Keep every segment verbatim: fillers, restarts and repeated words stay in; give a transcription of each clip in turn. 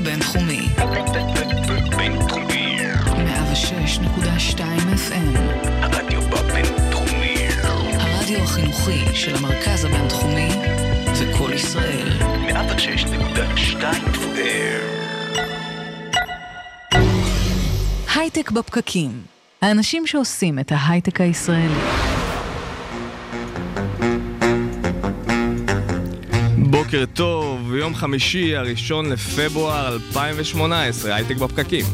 הבינתחומי. בינתחומי. מאה ושש נקודה שתיים אף אם. הרדיו בבינתחומי. הרדיו החינוכי של המרכז הבינתחומי זה כל ישראל. מאה ושש נקודה שתיים אף אם. הייטק בפקקים. האנשים שעושים את ההייטק הישראלי. בוקר טוב, יום חמישי, הראשון לפברואר אלפיים ושמונה עשרה, הייטק בפקקים.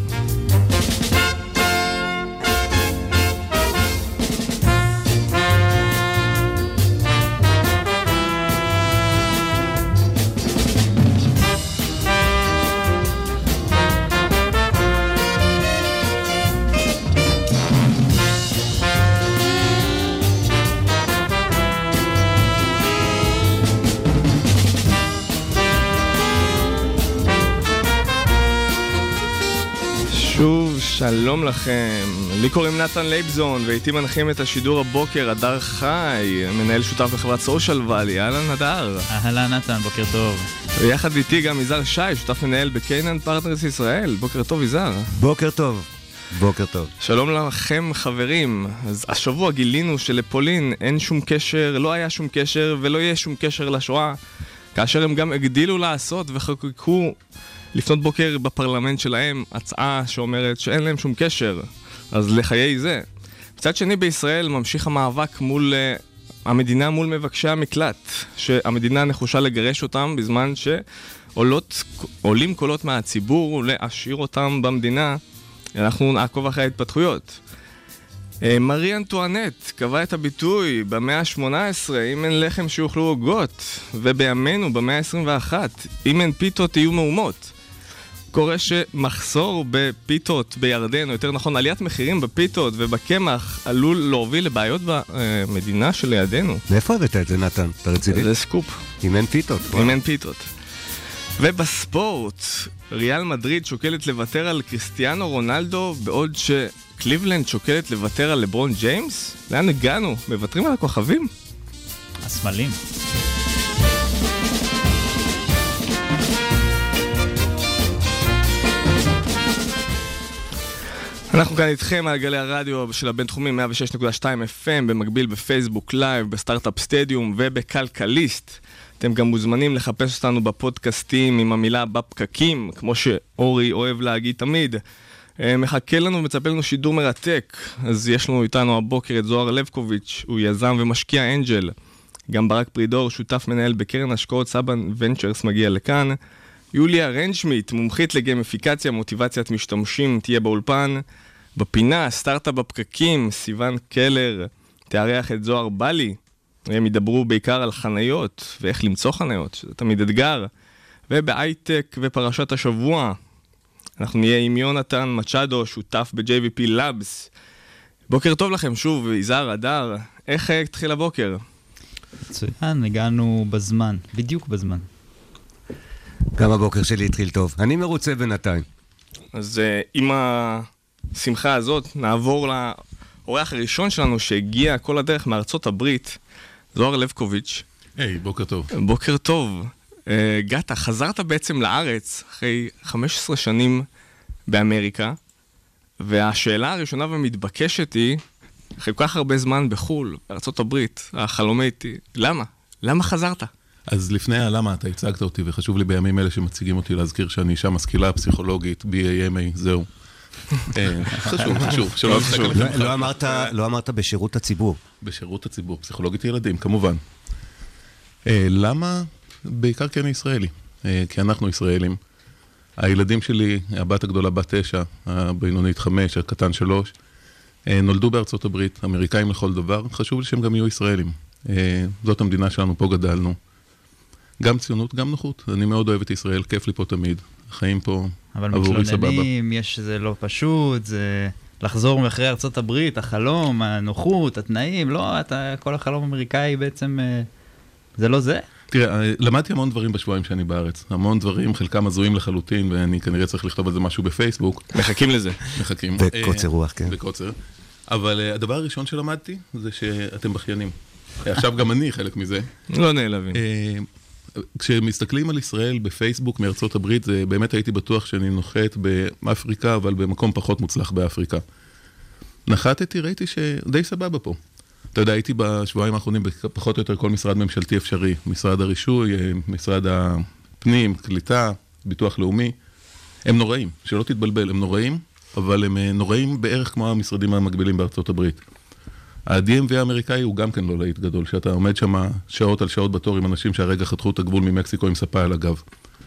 שוב, שלום לכם. לי קוראים נתן לייבזון, ואיתי מנחים את השידור הבוקר, הדר חי, מנהל שותף בחברת סושיאל ואלי. אהלן, הדר. אהלן, נתן, בוקר טוב. ויחד איתי גם יזהר שי, שותף מנהל בקיינן פרטנרס ישראל. בוקר טוב, יזהר. בוקר טוב. בוקר טוב. שלום לכם, חברים. אז השבוע גילינו שלפולין אין שום קשר, לא היה שום קשר ולא יהיה שום קשר לשואה, כאשר הם גם הגדילו לעשות וחוקקו לפנות בוקר בפרלמנט שלהם הצעה שאומרת שאין להם שום קשר, אז לחיי זה. מצד שני, בישראל ממשיך המאבק מול uh, המדינה מול מבקשי המקלט, שהמדינה נחושה לגרש אותם בזמן שעולים קולות מהציבור להשאיר אותם במדינה. אנחנו נעקוב אחרי ההתפתחויות. uh, מרי אנטואנט קבע את הביטוי במאה ה-שמונה עשרה, אם אין לחם שיוכלו עוגות, ובימינו במאה ה-עשרים ואחת, אם אין פיתות יהיו מהומות. קורה שמחסור בפיתות בירדן, או יותר נכון עליית מחירים בפיתות ובקמח, עלול להוביל לבעיות במדינה שלידינו. מאיפה הבאת את זה, נתן? אתה רציני? זה סקופ. אם אין פיתות. אם אין פיתות. ובספורט, ריאל מדריד שוקלת לוותר על קריסטיאנו רונלדו, בעוד שקליבלנד שוקלת לוותר על לברון ג'יימס? לאן הגענו? מוותרים על הכוכבים? הסמלים. אנחנו כאן איתכם על גלי הרדיו של הבינתחומי מאה ושש נקודה שתיים אף אם, במקביל בפייסבוק לייב, בסטארט-אפ סטדיום ובכלכליסט. אתם גם מוזמנים לחפש אותנו בפודקאסטים עם המילה בפקקים, כמו שאורי אוהב להגיד תמיד. מחכה לנו ומצפה לנו שידור מרתק. אז יש לנו איתנו הבוקר את זוהר לבקוביץ', הוא יזם ומשקיע אנג'ל. גם ברק פרידור, שותף מנהל בקרן השקעות סבן ונצ'רס, מגיע לכאן. יוליה רנשמיט, מומחית לגמיפיקציה, מוטיבציית משתמשים, תהיה באולפן. בפינה, סטארט-אפ בפקקים, סיוון קלר, תארח את זוהר בלי. הם ידברו בעיקר על חניות, ואיך למצוא חניות, שזה תמיד אתגר. ובהייטק ופרשת השבוע, אנחנו נהיה עם יונתן מצ'אדו, שותף ב-ג'יי וי פי Labs. בוקר טוב לכם שוב, יזהר, הדר. איך התחיל הבוקר? מצוין, הגענו בזמן, בדיוק בזמן. גם הבוקר שלי התחיל טוב. אני מרוצה בינתיים. אז uh, עם השמחה הזאת נעבור לאורח הראשון שלנו שהגיע כל הדרך מארצות הברית, זוהר לבקוביץ'. היי, hey, בוקר טוב. בוקר טוב. Uh, גאטה, חזרת בעצם לארץ אחרי חמש עשרה שנים באמריקה, והשאלה הראשונה ומתבקשת היא, אחרי כל כך הרבה זמן בחול, בארצות הברית, החלום הייתי, למה? למה חזרת? אז לפני הלמה אתה הצגת אותי, וחשוב לי בימים אלה שמציגים אותי להזכיר שאני אישה משכילה, פסיכולוגית, בי איי אם איי, זהו. חשוב, חשוב. לא אמרת בשירות הציבור. בשירות הציבור, פסיכולוגית ילדים, כמובן. למה? בעיקר כי אני ישראלי. כי אנחנו ישראלים. הילדים שלי, הבת הגדולה בת תשע, הבינונית חמש, הקטן שלוש, נולדו בארצות הברית, אמריקאים לכל דבר, חשוב לי שהם גם יהיו ישראלים. זאת המדינה שלנו, פה גדלנו. גם ציונות, גם נוחות. אני מאוד אוהב את ישראל, כיף לי פה תמיד. החיים פה עבורי סבבה. אבל מתלוננים, יש שזה לא פשוט, זה לחזור מאחרי ארצות הברית, החלום, הנוחות, התנאים, לא, אתה, כל החלום האמריקאי בעצם, זה לא זה? תראה, למדתי המון דברים בשבועיים שאני בארץ. המון דברים, חלקם הזויים לחלוטין, ואני כנראה צריך לכתוב על זה משהו בפייסבוק. מחכים לזה. מחכים. בקוצר רוח, כן. בקוצר. אבל הדבר הראשון שלמדתי, זה שאתם בחיינים. עכשיו גם אני חלק מזה. לא נעלבים. כשמסתכלים על ישראל בפייסבוק מארצות הברית, זה באמת הייתי בטוח שאני נוחת באפריקה, אבל במקום פחות מוצלח באפריקה. נחתתי, ראיתי שדי סבבה פה. אתה יודע, הייתי בשבועיים האחרונים בפחות או יותר כל משרד ממשלתי אפשרי. משרד הרישוי, משרד הפנים, קליטה, ביטוח לאומי. הם נוראים, שלא תתבלבל, הם נוראים, אבל הם נוראים בערך כמו המשרדים המקבילים בארצות הברית. ה-די אם וי האמריקאי הוא גם כן לא להיט גדול, שאתה עומד שם שעות על שעות בתור עם אנשים שהרגע חתכו את הגבול ממקסיקו עם ספה על הגב.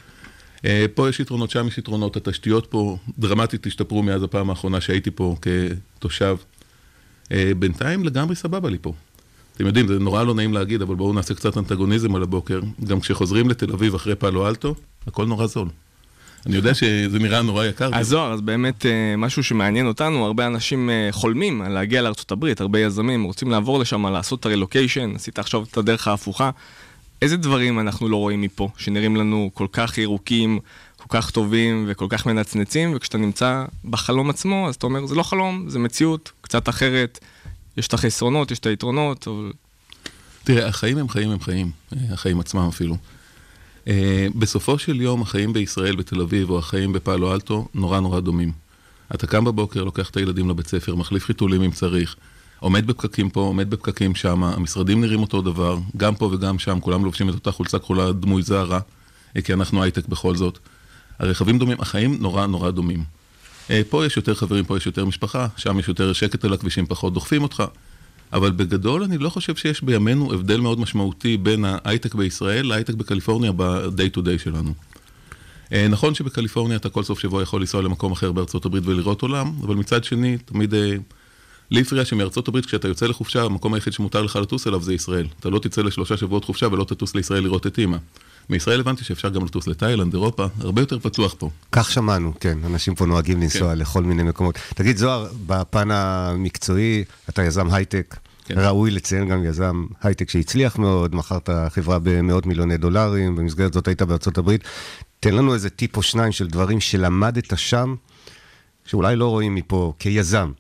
פה יש יתרונות, שם יש יתרונות, התשתיות פה דרמטית השתפרו מאז הפעם האחרונה שהייתי פה כתושב. בינתיים לגמרי סבבה לי פה. אתם יודעים, זה נורא לא נעים להגיד, אבל בואו נעשה קצת אנטגוניזם על הבוקר. גם כשחוזרים לתל אביב אחרי פאלו אלטו, הכל נורא זול. אני יודע שזה נראה נורא יקר. אז זוהר, אז באמת משהו שמעניין אותנו, הרבה אנשים חולמים על להגיע לארצות הברית, הרבה יזמים רוצים לעבור לשם, לעשות את הרילוקיישן, עשית עכשיו את הדרך ההפוכה. איזה דברים אנחנו לא רואים מפה, שנראים לנו כל כך ירוקים, כל כך טובים וכל כך מנצנצים, וכשאתה נמצא בחלום עצמו, אז אתה אומר, זה לא חלום, זה מציאות קצת אחרת, יש את החסרונות, יש את היתרונות, אבל... תראה, החיים הם חיים הם חיים, החיים עצמם אפילו. Uh, בסופו של יום, החיים בישראל, בתל אביב, או החיים בפאלו אלטו, נורא נורא דומים. אתה קם בבוקר, לוקח את הילדים לבית ספר, מחליף חיתולים אם צריך, עומד בפקקים פה, עומד בפקקים שם, המשרדים נראים אותו דבר, גם פה וגם שם, כולם לובשים את אותה חולצה כחולה דמוי זרה, כי אנחנו הייטק בכל זאת. הרכבים דומים, החיים נורא נורא דומים. Uh, פה יש יותר חברים, פה יש יותר משפחה, שם יש יותר שקט על הכבישים, פחות דוחפים אותך. אבל בגדול אני לא חושב שיש בימינו הבדל מאוד משמעותי בין ההייטק בישראל להייטק בקליפורניה ב-day to day שלנו. נכון שבקליפורניה אתה כל סוף שבוע יכול לנסוע למקום אחר בארצות הברית ולראות עולם, אבל מצד שני, תמיד לי הפריע שמארצות הברית כשאתה יוצא לחופשה, המקום היחיד שמותר לך לטוס אליו זה ישראל. אתה לא תצא לשלושה שבועות חופשה ולא תטוס לישראל לראות את אמא. מישראל הבנתי שאפשר גם לטוס לתאילנד, אירופה, הרבה יותר פתוח פה. כך שמענו, כן. אנשים פה נוהגים לנסוע לכל מיני מקומות. תגיד, זוהר, בפן המקצועי, אתה יזם הייטק, ראוי לציין גם יזם הייטק שהצליח מאוד, מכרת חברה במאות מיליוני דולרים, במסגרת זאת היית בארצות הברית. תן לנו איזה טיפ או שניים של דברים שלמדת שם, שאולי לא רואים מפה כיזם.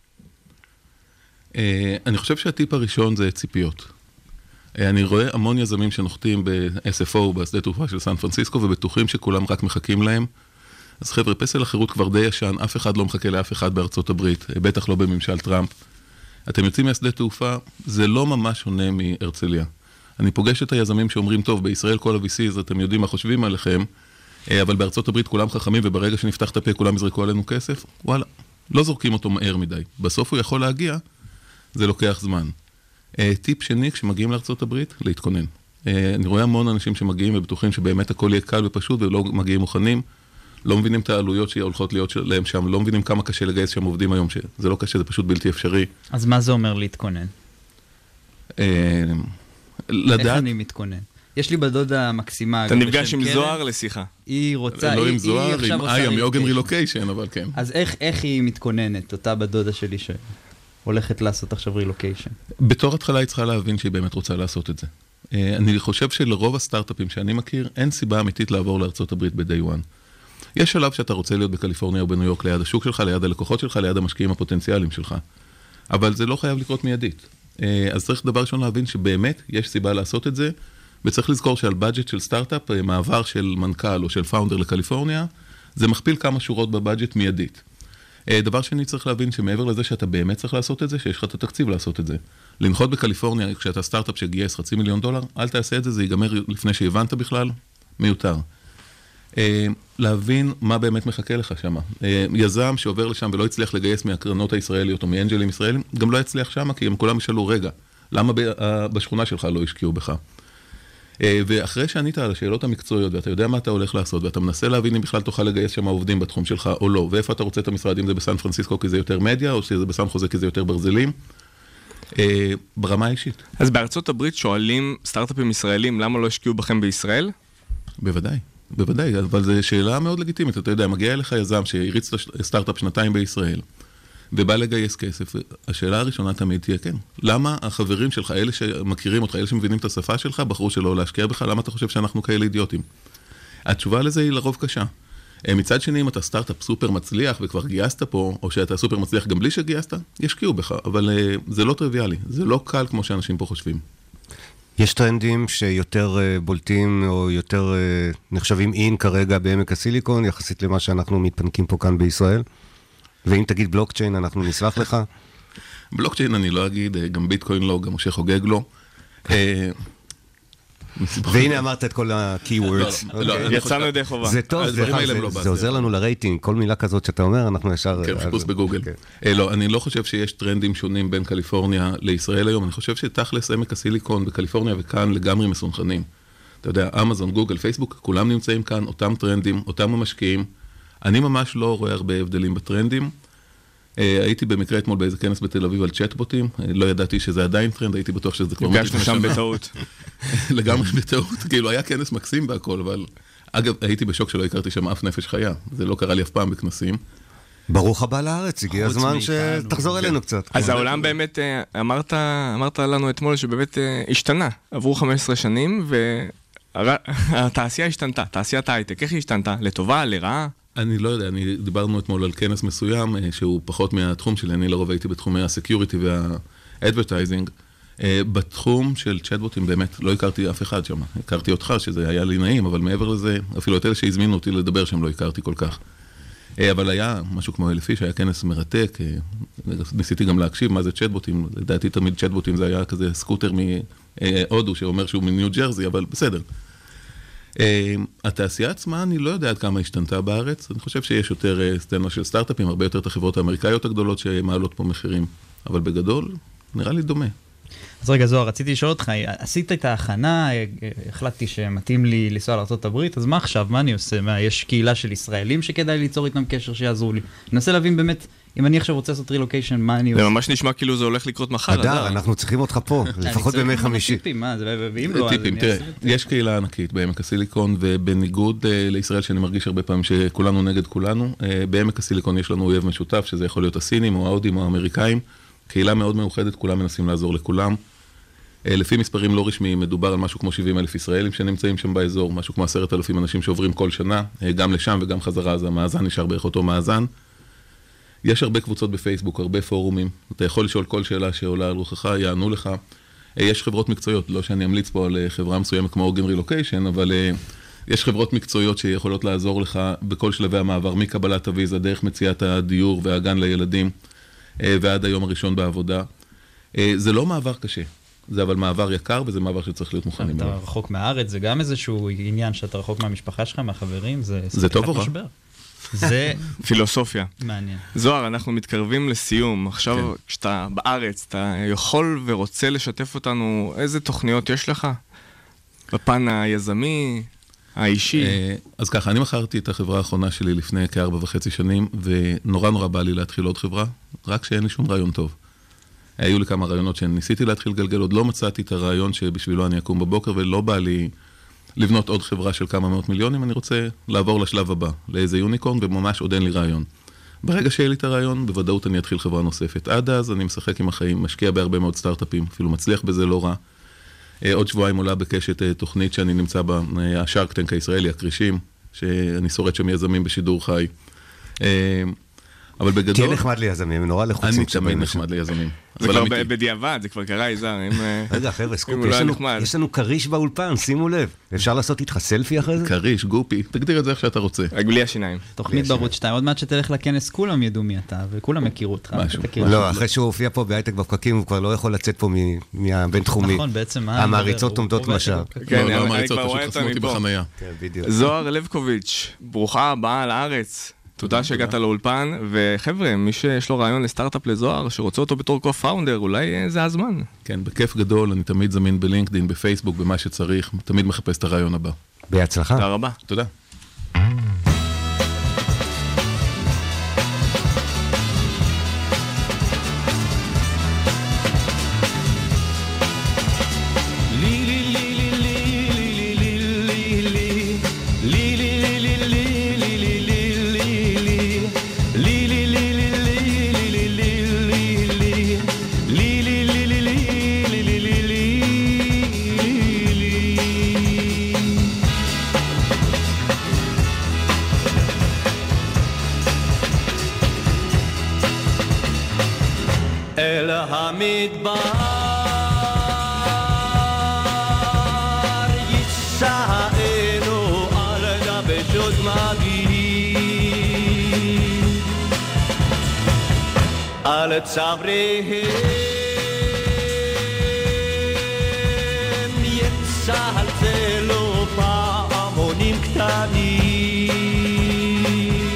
אני חושב שהטיפ הראשון זה ציפיות. אני רואה המון יזמים שנוחתים ב-אס אף או, בשדה תעופה של סן פרנסיסקו, ובטוחים שכולם רק מחכים להם. אז חבר'ה, פסל החירות כבר די ישן, אף אחד לא מחכה לאף אחד בארצות הברית, בטח לא בממשל טראמפ. אתם יוצאים מהשדה תעופה, זה לא ממש שונה מהרצליה. אני פוגש את היזמים שאומרים, טוב, בישראל כל ה-וי סי'ז, אתם יודעים מה חושבים עליכם, אבל בארצות הברית כולם חכמים, וברגע שנפתח את הפה כולם יזרקו עלינו כסף, וואלה, לא זורקים אותו מהר מדי. בסוף הוא יכול להגיע, זה לוקח זמן. טיפ שני, כשמגיעים לארצות הברית, להתכונן. אני רואה המון אנשים שמגיעים ובטוחים שבאמת הכל יהיה קל ופשוט, ולא מגיעים מוכנים, לא מבינים את העלויות שהולכות להיות להם שם, לא מבינים כמה קשה לגייס שם עובדים היום, שזה לא קשה, זה פשוט בלתי אפשרי. אז מה זה אומר להתכונן? לדעת... איך אני מתכונן? יש לי בדודה מקסימה... אתה נפגש עם זוהר לשיחה. היא רוצה... לא עם זוהר, עם איי, מיוגן רילוקיישן, אבל כן. אז איך היא מתכוננת, אותה בדודה שלי שהולכת לעשות עכשיו רילוקיישן? בתור התחלה היא צריכה להבין שהיא באמת רוצה לעשות את זה. אני חושב שלרוב הסטארט-אפים שאני מכיר, אין סיבה אמיתית לעבור לארצות הברית ב-day one. יש שלב שאתה רוצה להיות בקליפורניה או בניו יורק ליד השוק שלך, ליד הלקוחות שלך, ליד המשקיעים הפוטנציאליים שלך. אבל זה לא חייב לקרות מיידית. אז צריך דבר ראשון להבין שבאמת יש סיבה לעשות את זה, וצריך לזכור שעל בדג'ט של סטארט-אפ, מעבר של מנכ"ל או של פאונדר לקליפורניה, זה מכפיל כמה שורות בבדג'ט מיידית. דבר שני צריך להבין שמעבר לזה שאתה באמת צריך לעשות את זה, שיש לך את התקציב לעשות את זה. לנחות בקליפורניה, כשאתה סטארט-אפ שגייס חצי מיליון דולר, אל תעשה את זה, זה ייגמר לפני שהבנת בכלל, מיותר. להבין מה באמת מחכה לך שם. יזם שעובר לשם ולא הצליח לגייס מהקרנות הישראליות או מאנג'לים ישראלים, גם לא יצליח שם, כי הם כולם ישאלו, רגע, למה בשכונה שלך לא השקיעו בך? ואחרי שענית על השאלות המקצועיות, ואתה יודע מה אתה הולך לעשות, ואתה מנסה להבין אם בכלל תוכל לגייס שם עובדים בתחום שלך או לא, ואיפה אתה רוצה את המשרד, אם זה בסן פרנסיסקו כי זה יותר מדיה, או שזה בסן חוזה כי זה יותר ברזלים, ברמה האישית. אז בארצות הברית שואלים סטארט-אפים ישראלים, למה לא השקיעו בכם בישראל? בוודאי. בוודאי, אבל זו שאלה מאוד לגיטימית. אתה יודע, מגיע אליך יזם שהריץ את הסטארט-אפ שנתיים בישראל, ובא לגייס כסף. השאלה הראשונה תמיד תהיה כן. למה החברים שלך, אלה שמכירים אותך, אלה שמבינים את השפה שלך, בחרו שלא להשקיע בך, למה אתה חושב שאנחנו כאלה אידיוטים? התשובה לזה היא לרוב קשה. מצד שני, אם אתה סטארט-אפ סופר מצליח וכבר גייסת פה, או שאתה סופר מצליח גם בלי שגייסת, ישקיעו בך, אבל זה לא טריוויאלי. זה לא קל כמו שאנשים פה חושבים. יש טרנדים שיותר בולטים או יותר נחשבים אין כרגע בעמק הסיליקון, יחסית למה שאנחנו מתפנקים פה כאן בישראל? ואם תגיד בלוקצ'יין, אנחנו נסלח לך? בלוקצ'יין אני לא אגיד, גם ביטקוין לא, גם משה חוגג לא. והנה אמרת את כל ה-keywords. יצאנו ידי חובה. זה טוב, זה עוזר לנו לרייטינג. כל מילה כזאת שאתה אומר, אנחנו ישר... כן, חיפוש בגוגל. לא, אני לא חושב שיש טרנדים שונים בין קליפורניה לישראל היום. אני חושב שתכלס עמק הסיליקון בקליפורניה וכאן לגמרי מסונכנים. אתה יודע, אמזון, גוגל, פייסבוק, כולם נמצאים כאן, אותם טרנדים, אותם המשקיעים. אני ממש לא רואה הרבה הבדלים בטרנדים. הייתי במקרה אתמול באיזה כנס בתל אביב על צ'טבוטים, לא ידעתי שזה עדיין טרנד, הייתי בטוח שזה כבר... נפגשנו שם בטעות. לגמרי בטעות, כאילו היה כנס מקסים בהכל, אבל אגב, הייתי בשוק שלא הכרתי שם אף נפש חיה, זה לא קרה לי אף פעם בכנסים. ברוך הבא לארץ, הגיע הזמן שתחזור אלינו קצת. אז העולם באמת, אמרת לנו אתמול שבאמת השתנה, עברו חמש עשרה שנים, והתעשייה השתנתה, תעשיית ההייטק, איך היא השתנתה? לטובה, לרעה? אני לא יודע, אני דיברנו אתמול על כנס מסוים, שהוא פחות מהתחום שלי, אני לרוב הייתי בתחומי הסקיוריטי והאדברטייזינג. בתחום של צ'טבוטים באמת לא הכרתי אף אחד שם, הכרתי אותך, שזה היה לי נעים, אבל מעבר לזה, אפילו את אלה שהזמינו אותי לדבר שם לא הכרתי כל כך. אבל היה משהו כמו אלף איש, היה כנס מרתק, ניסיתי גם להקשיב מה זה צ'טבוטים, לדעתי תמיד צ'טבוטים זה היה כזה סקוטר מהודו שאומר שהוא מניו ג'רזי, אבל בסדר. התעשייה עצמה, אני לא יודע עד כמה השתנתה בארץ, אני חושב שיש יותר סצנה של סטארט-אפים, הרבה יותר את החברות האמריקאיות הגדולות שמעלות פה מחירים, אבל בגדול, נראה לי דומה. אז רגע זוהר, רציתי לשאול אותך, עשית את ההכנה, החלטתי שמתאים לי לנסוע לארצות הברית, אז מה עכשיו, מה אני עושה? מה, יש קהילה של ישראלים שכדאי ליצור איתם קשר שיעזרו לי? אני מנסה להבין באמת, אם אני עכשיו רוצה לעשות רילוקיישן, מה אני עושה? זה ממש נשמע כאילו זה הולך לקרות מחר. אדר, אנחנו צריכים אותך פה, לפחות בימי חמישי. טיפים, מה, ואם לא, טיפים, תראה, יש קהילה ענקית בעמק הסיליקון, ובניגוד לישראל שאני מרגיש הרבה פעמים שכולנו נגד כולנו, בעמק הסיליקון יש לנו אויב משותף, שזה יכול להיות הסינים או ההודים או האמריקאים, קהילה מאוד מאוחדת, כולם מנסים לעזור לכולם. לפי מספרים לא רשמיים, מדובר על משהו כמו שבעים אלף ישראלים שנמצאים שם באזור, משהו כמו עשרת אלפים אנשים שעוברים כל שנה, גם לשם וגם חזרה, אז המאזן נשאר בערך אותו מאזן. יש הרבה קבוצות בפייסבוק, הרבה פורומים, אתה יכול לשאול כל שאלה שעולה על רוחך, יענו לך. יש חברות מקצועיות, לא שאני אמליץ פה על חברה מסוימת כמו אורגן רילוקיישן, אבל יש חברות מקצועיות שיכולות לעזור לך בכל שלבי המעבר, מקבלת הוויזה, דרך מציאת הדיור והגן לילדים, ועד היום הראשון בעבודה. זה לא מעבר קשה. זה אבל מעבר יקר, וזה מעבר שצריך להיות מוכנים. אתה רחוק מהארץ, זה גם איזשהו עניין שאתה רחוק מהמשפחה שלך, מהחברים, זה... זה טוב או רע? זה... פילוסופיה. מעניין. זוהר, אנחנו מתקרבים לסיום. עכשיו, כשאתה בארץ, אתה יכול ורוצה לשתף אותנו, איזה תוכניות יש לך? בפן היזמי, האישי? אז ככה, אני מכרתי את החברה האחרונה שלי לפני כארבע וחצי שנים, ונורא נורא בא לי להתחיל עוד חברה, רק שאין לי שום רעיון טוב. היו לי כמה רעיונות שניסיתי להתחיל גלגל, עוד לא מצאתי את הרעיון שבשבילו אני אקום בבוקר, ולא בא לי לבנות עוד חברה של כמה מאות מיליונים, אני רוצה לעבור לשלב הבא, לאיזה יוניקורן, וממש עוד אין לי רעיון. ברגע שיהיה לי את הרעיון, בוודאות אני אתחיל חברה נוספת. עד אז אני משחק עם החיים, משקיע בהרבה מאוד סטארט-אפים, אפילו מצליח בזה לא רע. עוד שבועיים עולה בקשת תוכנית שאני נמצא בה, השארק טנק הישראלי, הקרישים, שאני שורד שם יזמים בשידור חי. אבל בגדול... תהיה נחמד ליזמים, נורא לחוצים. אני תמיד נחמד ליזמים. זה כבר בדיעבד, זה כבר קרה, יזהר. רגע, חבר'ה, סקופ, יש לנו קריש באולפן, שימו לב. אפשר לעשות איתך סלפי אחרי זה? קריש, גופי, תגדיר את זה איך שאתה רוצה. רק בלי השיניים. תוכנית בערוץ שתיים, עוד מעט שתלך לכנס, כולם ידעו מי אתה, וכולם יכירו אותך. לא, אחרי שהוא הופיע פה בהייטק בפקקים, הוא כבר לא יכול לצאת פה מהבינתחומי. נכון, בעצם... המעריצות עומדות משל. כן, לא המעריצות, פשוט חסמו אותי בחנייה. זוהר לבקוביץ', ברוכה הבאה לארץ. תודה שהגעת לאולפן, וחבר'ה, מי שיש לו רעיון לסטארט-אפ לזוהר, שרוצה אותו בתור קו-פאונדר, אולי זה הזמן. כן, בכיף גדול, אני תמיד זמין בלינקדין, בפייסבוק, במה שצריך, תמיד מחפש את הרעיון הבא. בהצלחה. תודה רבה. תודה. אל המדבר צבריהם יצלצלו פעמונים קטנים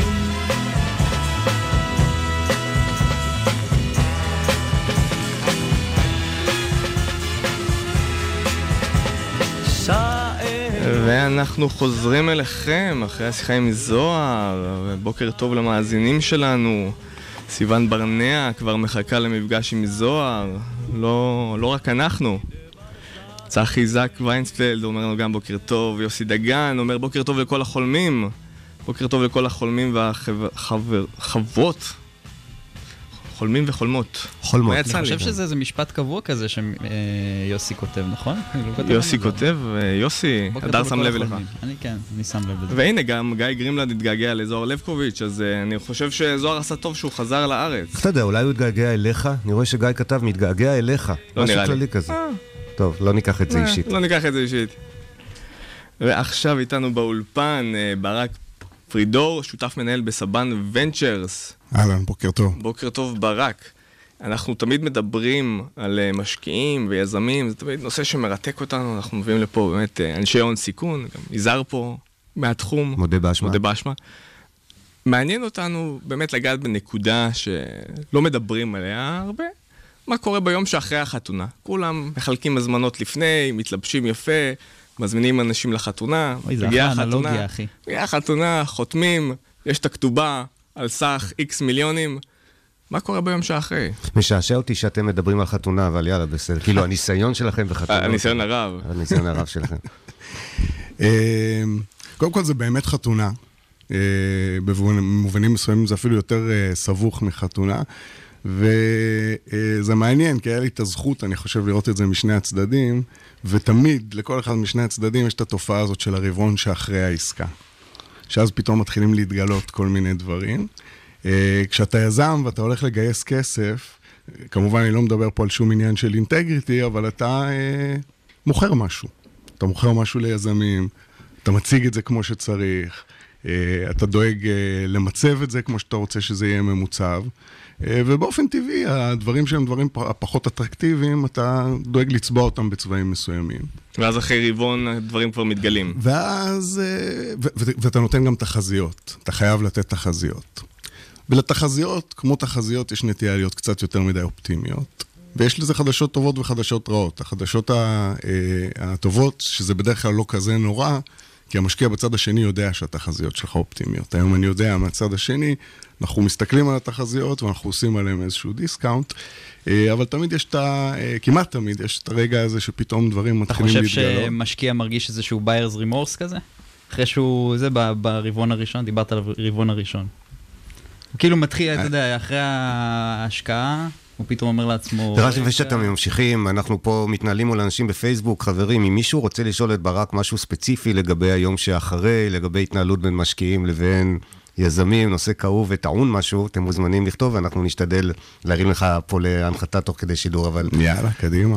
ואנחנו חוזרים אליכם אחרי השיחה עם זוהר. בוקר טוב למאזינים שלנו. סיוון ברנע כבר מחכה למפגש עם זוהר, לא, לא רק אנחנו. צחי זק ויינספלד אומר לנו גם בוקר טוב. יוסי דגן אומר בוקר טוב לכל החולמים. בוקר טוב לכל החולמים והחוות. חולמים וחולמות. חולמות. אני חושב שזה איזה משפט קבוע כזה שיוסי כותב, נכון? יוסי כותב, יוסי, הדר שם לב אליך. אני כן, אני שם לב לזה. והנה גם גיא גרימלד התגעגע לזוהר לבקוביץ', אז אני חושב שזוהר עשה טוב שהוא חזר לארץ. אתה יודע, אולי הוא התגעגע אליך? אני רואה שגיא כתב מתגעגע אליך. לא נראה לי. משהו כללי כזה. טוב, לא ניקח את זה אישית. לא ניקח את זה אישית. ועכשיו איתנו באולפן ברק פרידור, שותף מנהל בסבן ונצ'רס. אהלן, בוקר טוב. בוקר טוב ברק. אנחנו תמיד מדברים על משקיעים ויזמים, זה תמיד נושא שמרתק אותנו, אנחנו מביאים לפה באמת אנשי הון סיכון, גם יזהר פה מהתחום. מודה באשמה. מודה באשמה. מעניין אותנו באמת לגעת בנקודה שלא מדברים עליה הרבה, מה קורה ביום שאחרי החתונה. כולם מחלקים הזמנות לפני, מתלבשים יפה, מזמינים אנשים לחתונה. אוי, זה אחלה אנלוגיה, אחי. מגיעה החתונה, חותמים, יש את הכתובה על סך איקס מיליונים. מה קורה ביום שאחרי? משעשע אותי שאתם מדברים על חתונה, אבל יאללה, בסדר. כאילו, הניסיון שלכם בחתונה. הניסיון הרב. הניסיון הרב שלכם. קודם כל, זה באמת חתונה. במובנים מסוימים זה אפילו יותר סבוך מחתונה. וזה מעניין, כי היה לי את הזכות, אני חושב, לראות את זה משני הצדדים, ותמיד, לכל אחד משני הצדדים, יש את התופעה הזאת של הרבעון שאחרי העסקה. שאז פתאום מתחילים להתגלות כל מיני דברים. כשאתה יזם ואתה הולך לגייס כסף, כמובן אני לא מדבר פה על שום עניין של אינטגריטי, אבל אתה מוכר משהו. אתה מוכר משהו ליזמים, אתה מציג את זה כמו שצריך, אתה דואג למצב את זה כמו שאתה רוצה שזה יהיה ממוצב, ובאופן טבעי, הדברים שהם דברים פחות אטרקטיביים, אתה דואג לצבוע אותם בצבעים מסוימים. ואז אחרי רבעון הדברים כבר מתגלים. ואז, ו- ו- ואתה נותן גם תחזיות, אתה חייב לתת תחזיות. ולתחזיות, כמו תחזיות, יש נטייה להיות קצת יותר מדי אופטימיות. ויש לזה חדשות טובות וחדשות רעות. החדשות הטובות, שזה בדרך כלל לא כזה נורא, כי המשקיע בצד השני יודע שהתחזיות שלך אופטימיות. היום אני יודע, מהצד השני, אנחנו מסתכלים על התחזיות ואנחנו עושים עליהם איזשהו דיסקאונט, אבל תמיד יש את ה... כמעט תמיד יש את הרגע הזה שפתאום דברים מתחילים להתגלות. אתה חושב שמשקיע מרגיש איזשהו buyer's remorse כזה? אחרי שהוא... זה ברבעון הראשון, דיברת על הרבעון הראשון. הוא כאילו מתחיל, אתה יודע, אחרי ההשקעה, הוא פתאום אומר לעצמו... רק לפני שאתם ממשיכים, אנחנו פה מתנהלים מול אנשים בפייסבוק, חברים, אם מישהו רוצה לשאול את ברק משהו ספציפי לגבי היום שאחרי, לגבי התנהלות בין משקיעים לבין יזמים, נושא כאוב וטעון משהו, אתם מוזמנים לכתוב, ואנחנו נשתדל להרים לך פה להנחתה תוך כדי שידור, אבל... יאללה, קדימה.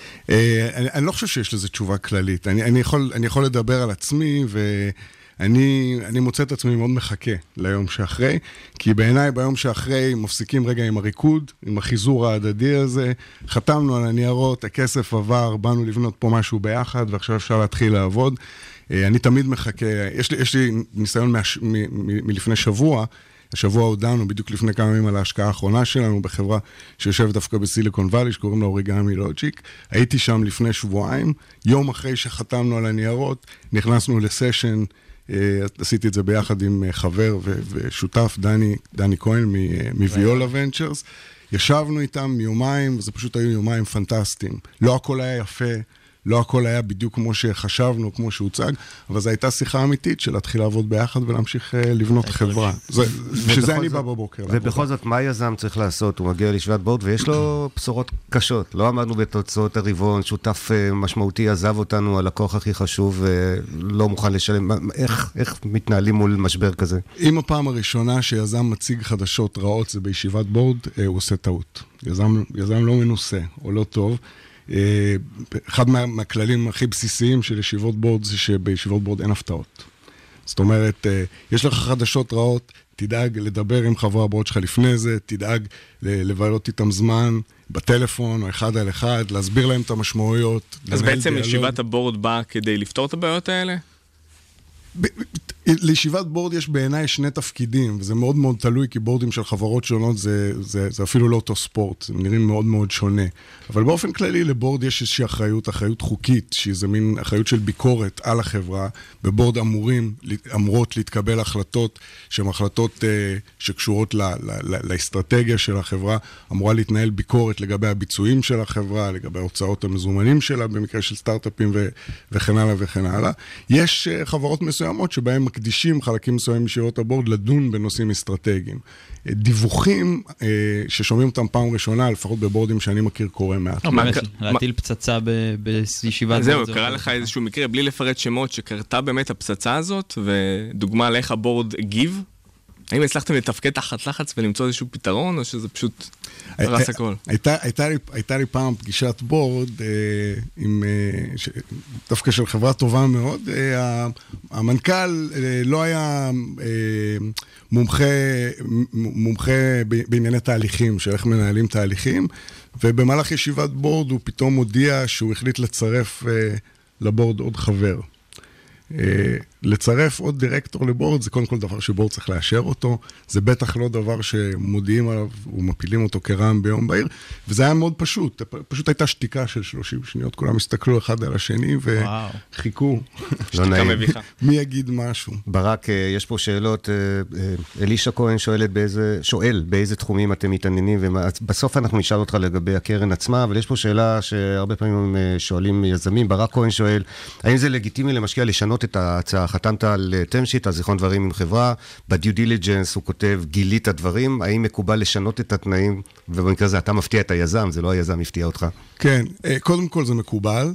אני לא חושב שיש לזה תשובה כללית. אני יכול לדבר על עצמי, ו... אני, אני מוצא את עצמי מאוד מחכה ליום שאחרי, כי בעיניי ביום שאחרי מפסיקים רגע עם הריקוד, עם החיזור ההדדי הזה, חתמנו על הניירות, הכסף עבר, באנו לבנות פה משהו ביחד, ועכשיו אפשר להתחיל לעבוד. אני תמיד מחכה, יש לי, יש לי ניסיון מש, מ, מ, מלפני שבוע, השבוע הודענו בדיוק לפני כמה ימים על ההשקעה האחרונה שלנו בחברה שיושבת דווקא בסיליקון ואלי, שקוראים לה אוריגמי לוג'יק. הייתי שם לפני שבועיים, יום אחרי שחתמנו על הניירות, נכנסנו לסשן, עשיתי את זה ביחד עם חבר ושותף, דני, דני כהן מוויולה ונצ'רס. ישבנו איתם יומיים, וזה פשוט היו יומיים פנטסטיים. לא הכל היה יפה, לא הכל היה בדיוק כמו שחשבנו, כמו שהוצג, אבל זו הייתה שיחה אמיתית של להתחיל לעבוד ביחד ולהמשיך לבנות חברה. שזה אני בא בבוקר. ובכל זאת, מה יזם צריך לעשות? הוא מגיע לישיבת בורד ויש לו בשורות קשות. לא עמדנו בתוצאות הרבעון, שותף משמעותי עזב אותנו, הלקוח הכי חשוב, ולא מוכן לשלם. איך, איך מתנהלים מול משבר כזה? אם הפעם הראשונה שיזם מציג חדשות רעות זה בישיבת בורד, הוא עושה טעות. יזם, יזם לא מנוסה או לא טוב. אחד מה, מהכללים הכי בסיסיים של ישיבות בורד זה שבישיבות בורד אין הפתעות. זאת אומרת, יש לך חדשות רעות, תדאג לדבר עם חברי הבורד שלך לפני זה, תדאג לבלות איתם זמן בטלפון או אחד על אחד, להסביר להם את המשמעויות. אז בעצם ישיבת הבורד באה כדי לפתור את הבעיות האלה? לישיבת בורד יש בעיניי שני תפקידים, וזה מאוד מאוד תלוי, כי בורדים של חברות שונות זה, זה, זה אפילו לא אותו ספורט, הם נראים מאוד מאוד שונה. אבל באופן כללי לבורד יש איזושהי אחריות, אחריות חוקית, שזה מין אחריות של ביקורת על החברה. בבורד אמורים, אמורות להתקבל החלטות, שהן החלטות אה, שקשורות ל, ל, ל, לאסטרטגיה של החברה, אמורה להתנהל ביקורת לגבי הביצועים של החברה, לגבי ההוצאות המזומנים שלה, במקרה של סטארט-אפים ו, וכן הלאה וכן הלאה. יש אה, חברות מסוימות שבהן מקדישים חלקים מסוימים משירות הבורד לדון בנושאים אסטרטגיים. דיווחים אה, ששומעים אותם פעם ראשונה, לפחות בבורדים שאני מכיר קורה מעט. להטיל פצצה בישיבת... זהו, קרה לך איזשהו מקרה, בלי לפרט שמות, שקרתה באמת הפצצה הזאת, ודוגמה לאיך הבורד הגיב? האם הצלחתם לתפקד תחת לחץ ולמצוא איזשהו פתרון, או שזה פשוט הרס הכל? הייתה לי פעם פגישת בורד, דווקא של חברה טובה מאוד, המנכ"ל לא היה מומחה בענייני תהליכים, של איך מנהלים תהליכים, ובמהלך ישיבת בורד הוא פתאום הודיע שהוא החליט לצרף לבורד עוד חבר. לצרף עוד דירקטור לבורד זה קודם כל דבר שבורד צריך לאשר אותו, זה בטח לא דבר שמודיעים עליו ומפילים אותו כרעם ביום בהיר, וזה היה מאוד פשוט, פשוט הייתה שתיקה של שלושים שניות, כולם הסתכלו אחד על השני וחיכו. שתיקה מביכה. מי יגיד משהו? ברק, יש פה שאלות, אלישה כהן שואלת באיזה, שואל באיזה תחומים אתם מתעניינים, ובסוף אנחנו נשאל אותך לגבי הקרן עצמה, אבל יש פה שאלה שהרבה פעמים שואלים יזמים, ברק כהן שואל, האם זה לגיטימי למשקיע לשנות את ההצעה? חתמת על טרמשיט, על זיכרון דברים עם חברה, בדיו דיליג'נס הוא כותב, גילית הדברים, האם מקובל לשנות את התנאים, ובמקרה הזה אתה מפתיע את היזם, זה לא היזם מפתיע אותך. כן, קודם כל זה מקובל,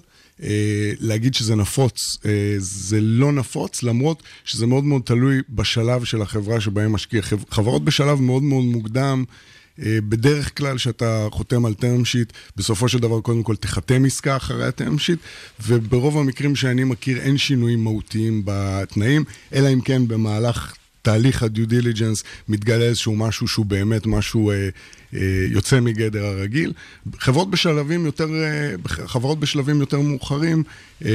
להגיד שזה נפוץ, זה לא נפוץ, למרות שזה מאוד מאוד תלוי בשלב של החברה שבהם משקיע. חברות בשלב מאוד מאוד מוקדם, בדרך כלל שאתה חותם על טרם שיט, בסופו של דבר קודם כל תחתם עסקה אחרי הטרם שיט, וברוב המקרים שאני מכיר אין שינויים מהותיים בתנאים, אלא אם כן במהלך תהליך הדיו דיליג'נס מתגלה איזשהו משהו שהוא באמת משהו אה, אה, יוצא מגדר הרגיל. חברות בשלבים יותר, אה, חברות בשלבים יותר מאוחרים, אה,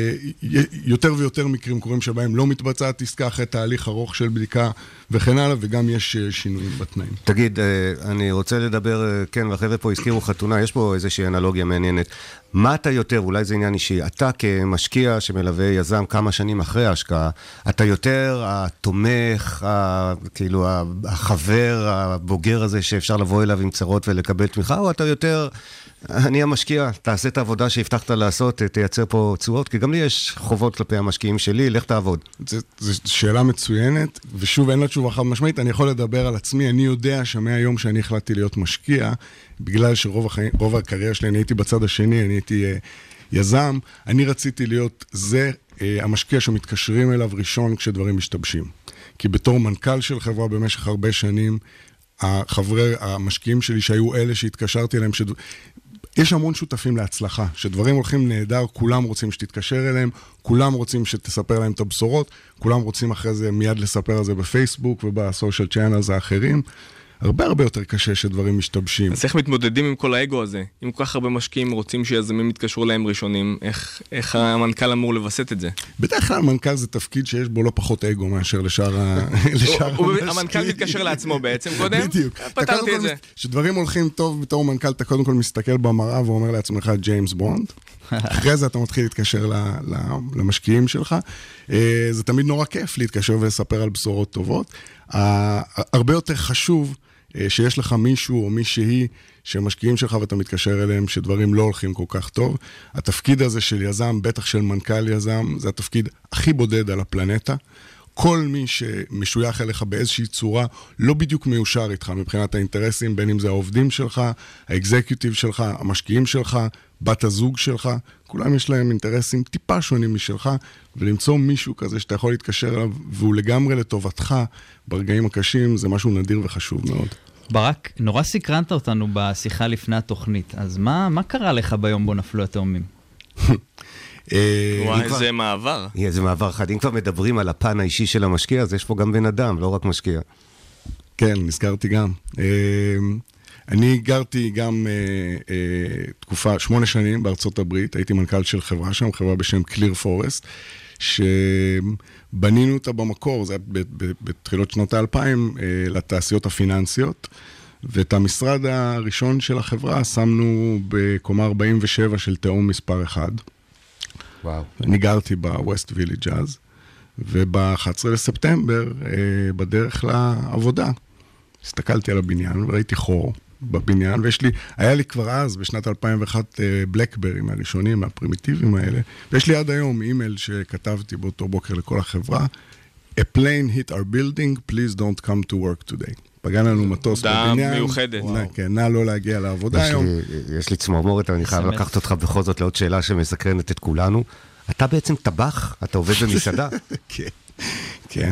יותר ויותר מקרים קורים שבהם לא מתבצעת עסקה אחרי תהליך ארוך של בדיקה וכן הלאה, וגם יש שינויים בתנאים. תגיד, אני רוצה לדבר, כן, והחבר'ה פה הזכירו חתונה, יש פה איזושהי אנלוגיה מעניינת. מה אתה יותר, אולי זה עניין אישי, אתה כמשקיע שמלווה יזם כמה שנים אחרי ההשקעה, אתה יותר התומך, ה, כאילו החבר, הבוגר הזה שאפשר לבוא אליו עם צרות ולקבל תמיכה, או אתה יותר, אני המשקיע, תעשה את העבודה שהבטחת לעשות, תייצר פה תשואות, כי גם לי יש חובות כלפי המשקיעים שלי, לך תעבוד. זו שאלה מצוינת, ושוב אין לה תשובה חד משמעית, אני יכול לדבר על עצמי, אני יודע שמהיום שאני החלטתי להיות משקיע, בגלל שרוב החיים, רוב הקריירה שלי, אני הייתי בצד השני, אני הייתי uh, יזם, אני רציתי להיות זה, uh, המשקיע שמתקשרים אליו ראשון כשדברים משתבשים. כי בתור מנכ"ל של חברה במשך הרבה שנים, החברי, המשקיעים שלי שהיו אלה שהתקשרתי אליהם, שד... יש המון שותפים להצלחה, שדברים הולכים נהדר, כולם רוצים שתתקשר אליהם, כולם רוצים שתספר להם את הבשורות, כולם רוצים אחרי זה מיד לספר על זה בפייסבוק ובסושיאל צ'אנלס האחרים. הרבה הרבה יותר קשה שדברים משתבשים. אז איך מתמודדים עם כל האגו הזה? אם כל כך הרבה משקיעים רוצים שיזמים יתקשרו להם ראשונים, איך, איך המנכ"ל אמור לבסט את זה? בדרך כלל מנכ"ל זה תפקיד שיש בו לא פחות אגו מאשר לשאר המשקיעים. המנכ"ל מתקשר לעצמו בעצם קודם? בדיוק. פתרתי את זה. כשדברים הולכים טוב בתור מנכ"ל, אתה קודם כל מסתכל במראה ואומר לעצמך ג'יימס בונד. אחרי זה אתה מתחיל להתקשר למשקיעים שלך. זה תמיד נורא כיף להתקשר ולספר על בשורות טובות. הרבה יותר חשוב שיש לך מישהו או מישהי שמשקיעים שלך ואתה מתקשר אליהם שדברים לא הולכים כל כך טוב. התפקיד הזה של יזם, בטח של מנכ"ל יזם, זה התפקיד הכי בודד על הפלנטה. כל מי שמשוייך אליך באיזושהי צורה לא בדיוק מיושר איתך מבחינת האינטרסים, בין אם זה העובדים שלך, האקזקיוטיב שלך, המשקיעים שלך, בת הזוג שלך, כולם יש להם אינטרסים טיפה שונים משלך, ולמצוא מישהו כזה שאתה יכול להתקשר אליו, והוא לגמרי לטובתך ברגעים הקשים, זה משהו נדיר וחשוב מאוד. ברק, נורא סקרנת אותנו בשיחה לפני התוכנית, אז מה, מה קרה לך ביום בו נפלו התאומים? וואי, איזה מעבר. איזה מעבר חד. אם כבר מדברים על הפן האישי של המשקיע, אז יש פה גם בן אדם, לא רק משקיע. כן, נזכרתי גם. אני גרתי גם תקופה, שמונה שנים בארצות הברית, הייתי מנכ"ל של חברה שם, חברה בשם קליר פורסט, שבנינו אותה במקור, זה היה בתחילות שנות האלפיים, לתעשיות הפיננסיות, ואת המשרד הראשון של החברה שמנו בקומה ארבעים ושבע של תאום מספר אחד. וואו. אני גרתי בווסט ויליג' אז, וב-אחד עשר לספטמבר, בדרך לעבודה, הסתכלתי על הבניין וראיתי חור בבניין, ויש לי, היה לי כבר אז, בשנת אלפיים ואחת, בלקברי מהראשונים, מהפרימיטיביים האלה, ויש לי עד היום אימייל שכתבתי באותו בוקר לכל החברה, A plane hit our building, please don't come to work today. פגע לנו מטוס בבניין. הודעה מיוחדת. כן, נא לא להגיע לעבודה היום. יש לי צמרמורת, אבל אני חייב לקחת אותך בכל זאת לעוד שאלה שמסקרנת את כולנו. אתה בעצם טבח? אתה עובד במסעדה? כן, כן.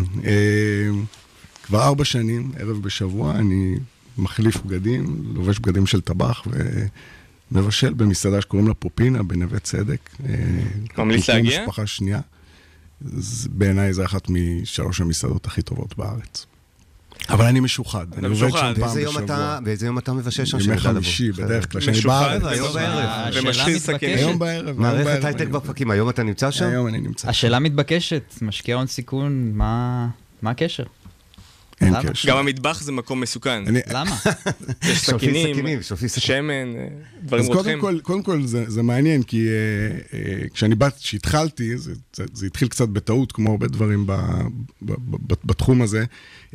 כבר ארבע שנים, ערב בשבוע, אני מחליף בגדים, לובש בגדים של טבח, ומבשל במסעדה שקוראים לה פופינה, בנווה צדק. ממליץ להגיע? משפחה שנייה. בעיניי זה אחת משלוש המסעדות הכי טובות בארץ. אבל אני משוחד. אני עובד שם פעם בשבוע. באיזה יום אתה מבשל שם? ימי חמישי, בדרך כלל. משוחד, היום בערב. ומשחיל סכין. היום בערב. מערכת הייטק בפקים, היום אתה נמצא שם? היום אני נמצא. השאלה מתבקשת, משקיע הון סיכון, מה הקשר? אין קשר. גם המטבח זה מקום מסוכן. למה? יש סכינים, שמן, דברים רותחים. אז קודם כל זה מעניין, כי כשאני באתי, כשהתחלתי, זה התחיל קצת בטעות, כמו הרבה דברים בתחום הזה,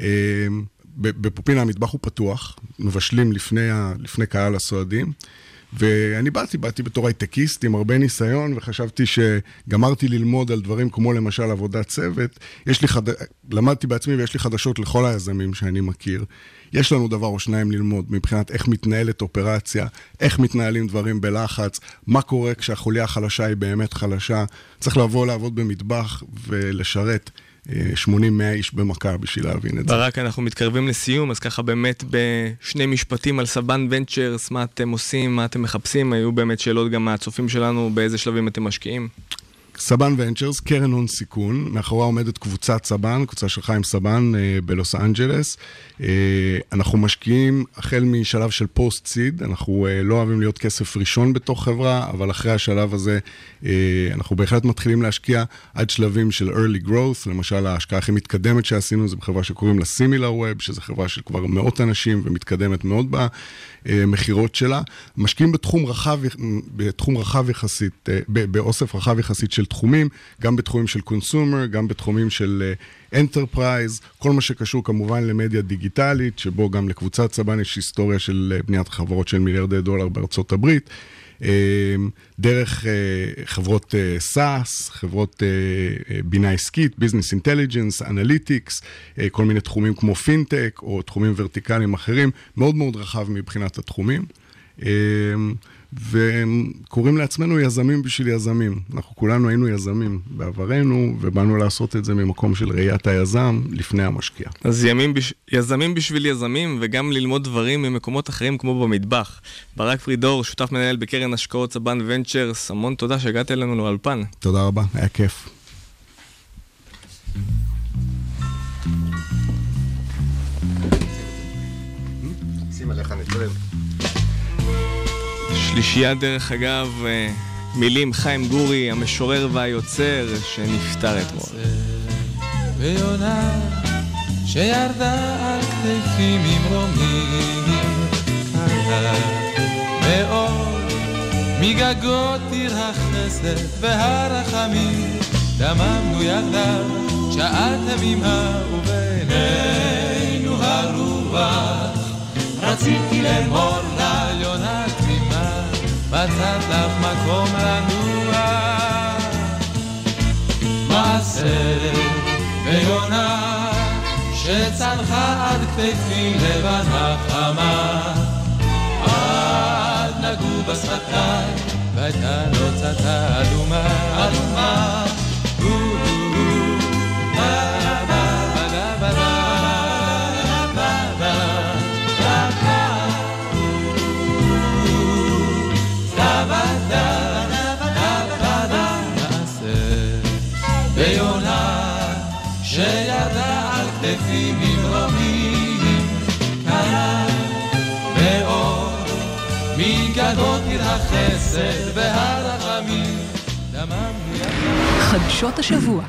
בפופינה המטבח הוא פתוח, מבשלים לפני קהל הסועדים, ואני באתי, באתי בתור הייטקיסט עם הרבה ניסיון, וחשבתי שגמרתי ללמוד על דברים כמו למשל עבודת צוות. יש לי חד... למדתי בעצמי ויש לי חדשות לכל היזמים שאני מכיר. יש לנו דבר או שניים ללמוד מבחינת איך מתנהלת אופרציה, איך מתנהלים דברים בלחץ, מה קורה כשהחוליה החלשה היא באמת חלשה. צריך לבוא לעבוד במטבח ולשרת שמונים מאה איש במכה בשביל להבין את זה. ברק, אנחנו מתקרבים לסיום, אז ככה באמת בשני משפטים על סבן ונצ'רס, מה אתם עושים, מה אתם מחפשים, היו באמת שאלות גם מהצופים שלנו, באיזה שלבים אתם משקיעים? סבן ונצ'רס, קרן הון סיכון, מאחורה עומדת קבוצת סבן, קבוצה של חיים סבן בלוס אנג'לס. אנחנו משקיעים החל משלב של פוסט סיד, אנחנו לא אוהבים להיות כסף ראשון בתוך חברה, אבל אחרי השלב הזה אנחנו בהחלט מתחילים להשקיע עד שלבים של early growth, למשל ההשקעה הכי מתקדמת שעשינו, זה בחברה שקוראים לה SimilarWeb, שזו חברה של כבר מאות אנשים ומתקדמת מאוד במחירות שלה. משקיעים בתחום רחב, בתחום רחב יחסית, באוסף רחב יחסית של תחומים, גם בתחומים של קונסומר, גם בתחומים של אנטרפרייז, כל מה שקשור כמובן למדיה דיגיטלית, שבו גם לקבוצת סבן יש היסטוריה של בניית חברות של מיליארדי דולר בארצות הברית, דרך חברות סאס, חברות בינה עסקית, ביזנס אינטליג'נס, אנליטיקס, כל מיני תחומים כמו פינטק, או תחומים ורטיקליים אחרים, מאוד מאוד רחב מבחינת התחומים. וקוראים לעצמנו יזמים בשביל יזמים. אנחנו כולנו היינו יזמים בעברנו, ובאנו לעשות את זה ממקום של ראיית היזם לפני המשקיע. אז ימים בש... יזמים בשביל יזמים, וגם ללמוד דברים ממקומות אחרים כמו במטבח. ברק פרידור, שותף מנהל בקרן השקעות סבן ונצ'רס, המון תודה שהגעת אלינו לאולפן. תודה רבה, היה כיף. שים עליך נתרם. שלישייה דרך אגב, מילים חיים גורי, המשורר והיוצר שנפטר אתמול. ויונה שירדה על כתפים ממרומים, קלה מאוד מגגות עיר החסד והרחמים, דממנו יחדיו שעה תמימה ובינינו הרוח, רציתי לאמור לה יונה תמימה, מצאת לך מקום לנוע. מעשה ויונה שצנחה עד כתפי לבנה חמה, עד נגעו בשפתיים והייתה נוצתה אדומה, אדומה. ויונה שירדה על כתפים ממרומים, ונותיר החסד והרחמים דמם יחד. חדשות השבוע.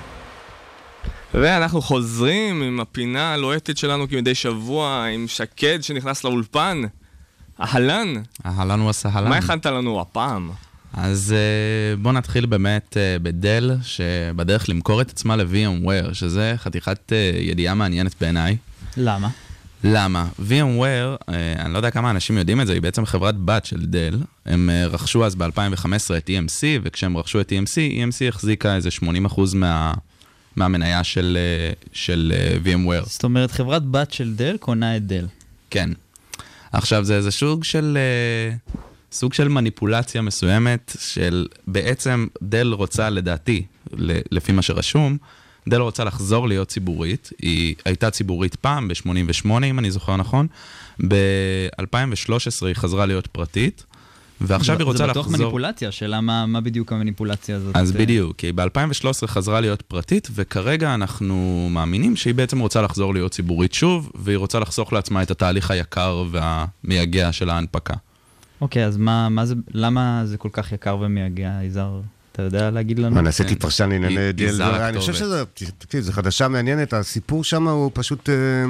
ואנחנו חוזרים עם הפינה הלוהטת שלנו כמדי שבוע, עם שקד שנכנס לאולפן. אהלן. אהלן וסהלן. מה הכנת לנו הפעם? אז בוא נתחיל באמת בדל, שבדרך למכור את עצמה ל-VMware, שזה חתיכת ידיעה מעניינת בעיניי. למה? למה? VMware, אני לא יודע כמה אנשים יודעים את זה, היא בעצם חברת בת של דל. הם רכשו אז ב-אלפיים וחמש עשרה את E M C, וכשהם רכשו את E M C, E M C החזיקה איזה שמונים אחוז מה... מהמניה של, של VMware. זאת אומרת, חברת בת של דל קונה את דל. כן. עכשיו, זה איזה סוג של, סוג של מניפולציה מסוימת, של בעצם דל רוצה, לדעתי, לפי מה שרשום, דל רוצה לחזור להיות ציבורית. היא הייתה ציבורית פעם, ב-שמונים ושמונה, אם אני זוכר נכון. ב-אלפיים ושלוש עשרה היא חזרה להיות פרטית, ועכשיו היא רוצה לחזור... זה בטוח מניפולציה, שאלה מה, מה בדיוק המניפולציה הזאת. אז בדיוק, כי ב-אלפיים ושלוש עשרה חזרה להיות פרטית, וכרגע אנחנו מאמינים שהיא בעצם רוצה לחזור להיות ציבורית שוב, והיא רוצה לחסוך לעצמה את התהליך היקר והמייגע של ההנפקה. אוקיי, אז מה, מה זה, למה זה כל כך יקר ומייגע, יזהר? אתה יודע להגיד לנו? מה, נעשיתי פרשן לענייני דל. אני חושב שזה חדשה מעניינת, הסיפור שם הוא פשוט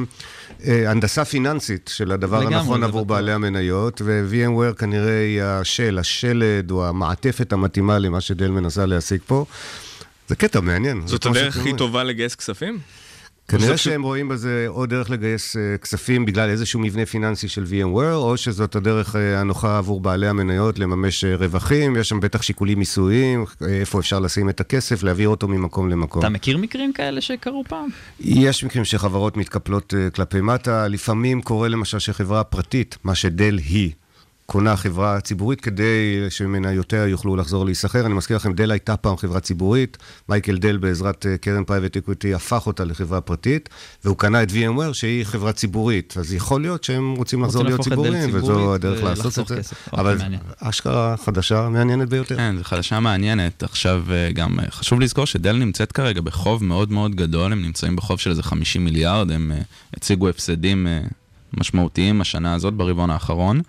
הנדסה פיננסית של הדבר הנכון עבור בעלי המניות, ו-VMware כנראה היא השל, השלד או המעטפת המתאימה למה שדל מנסה להשיג פה. זה קטע מעניין. זאת הדרך הכי טובה לגייס כספים? כנראה שהם רואים בזה או דרך לגייס כספים בגלל איזשהו מבנה פיננסי של VMware, או שזאת הדרך הנוחה עבור בעלי המניות לממש רווחים, יש שם בטח שיקולים מיסויים, איפה אפשר לשים את הכסף, להעביר אותו ממקום למקום. אתה מכיר מקרים כאלה שקרו פעם? יש מקרים שחברות מתקפלות כלפי מטה, לפעמים קורה למשל שחברה פרטית, מה שדל היא, קונה חברה ציבורית כדי שמניותיה יוכלו לחזור להיסחר. אני מזכיר לכם, דל הייתה פעם חברה ציבורית, מייקל דל בעזרת קרן פרייבט אקוויטי הפך אותה לחברה פרטית, והוא קנה את VMware שהיא חברה ציבורית, אז יכול להיות שהם רוצים לחזור להיות ציבוריים, וזו הדרך לעשות את זה. אבל אשכרה חדשה מעניינת ביותר. כן, זו חדשה מעניינת. עכשיו גם חשוב לזכור שדל נמצאת כרגע בחוב מאוד מאוד גדול, הם נמצאים בחוב של איזה חמישים מיליארד, הם הציגו הפסדים משמעותיים השנה הזאת ברבעון האחרון.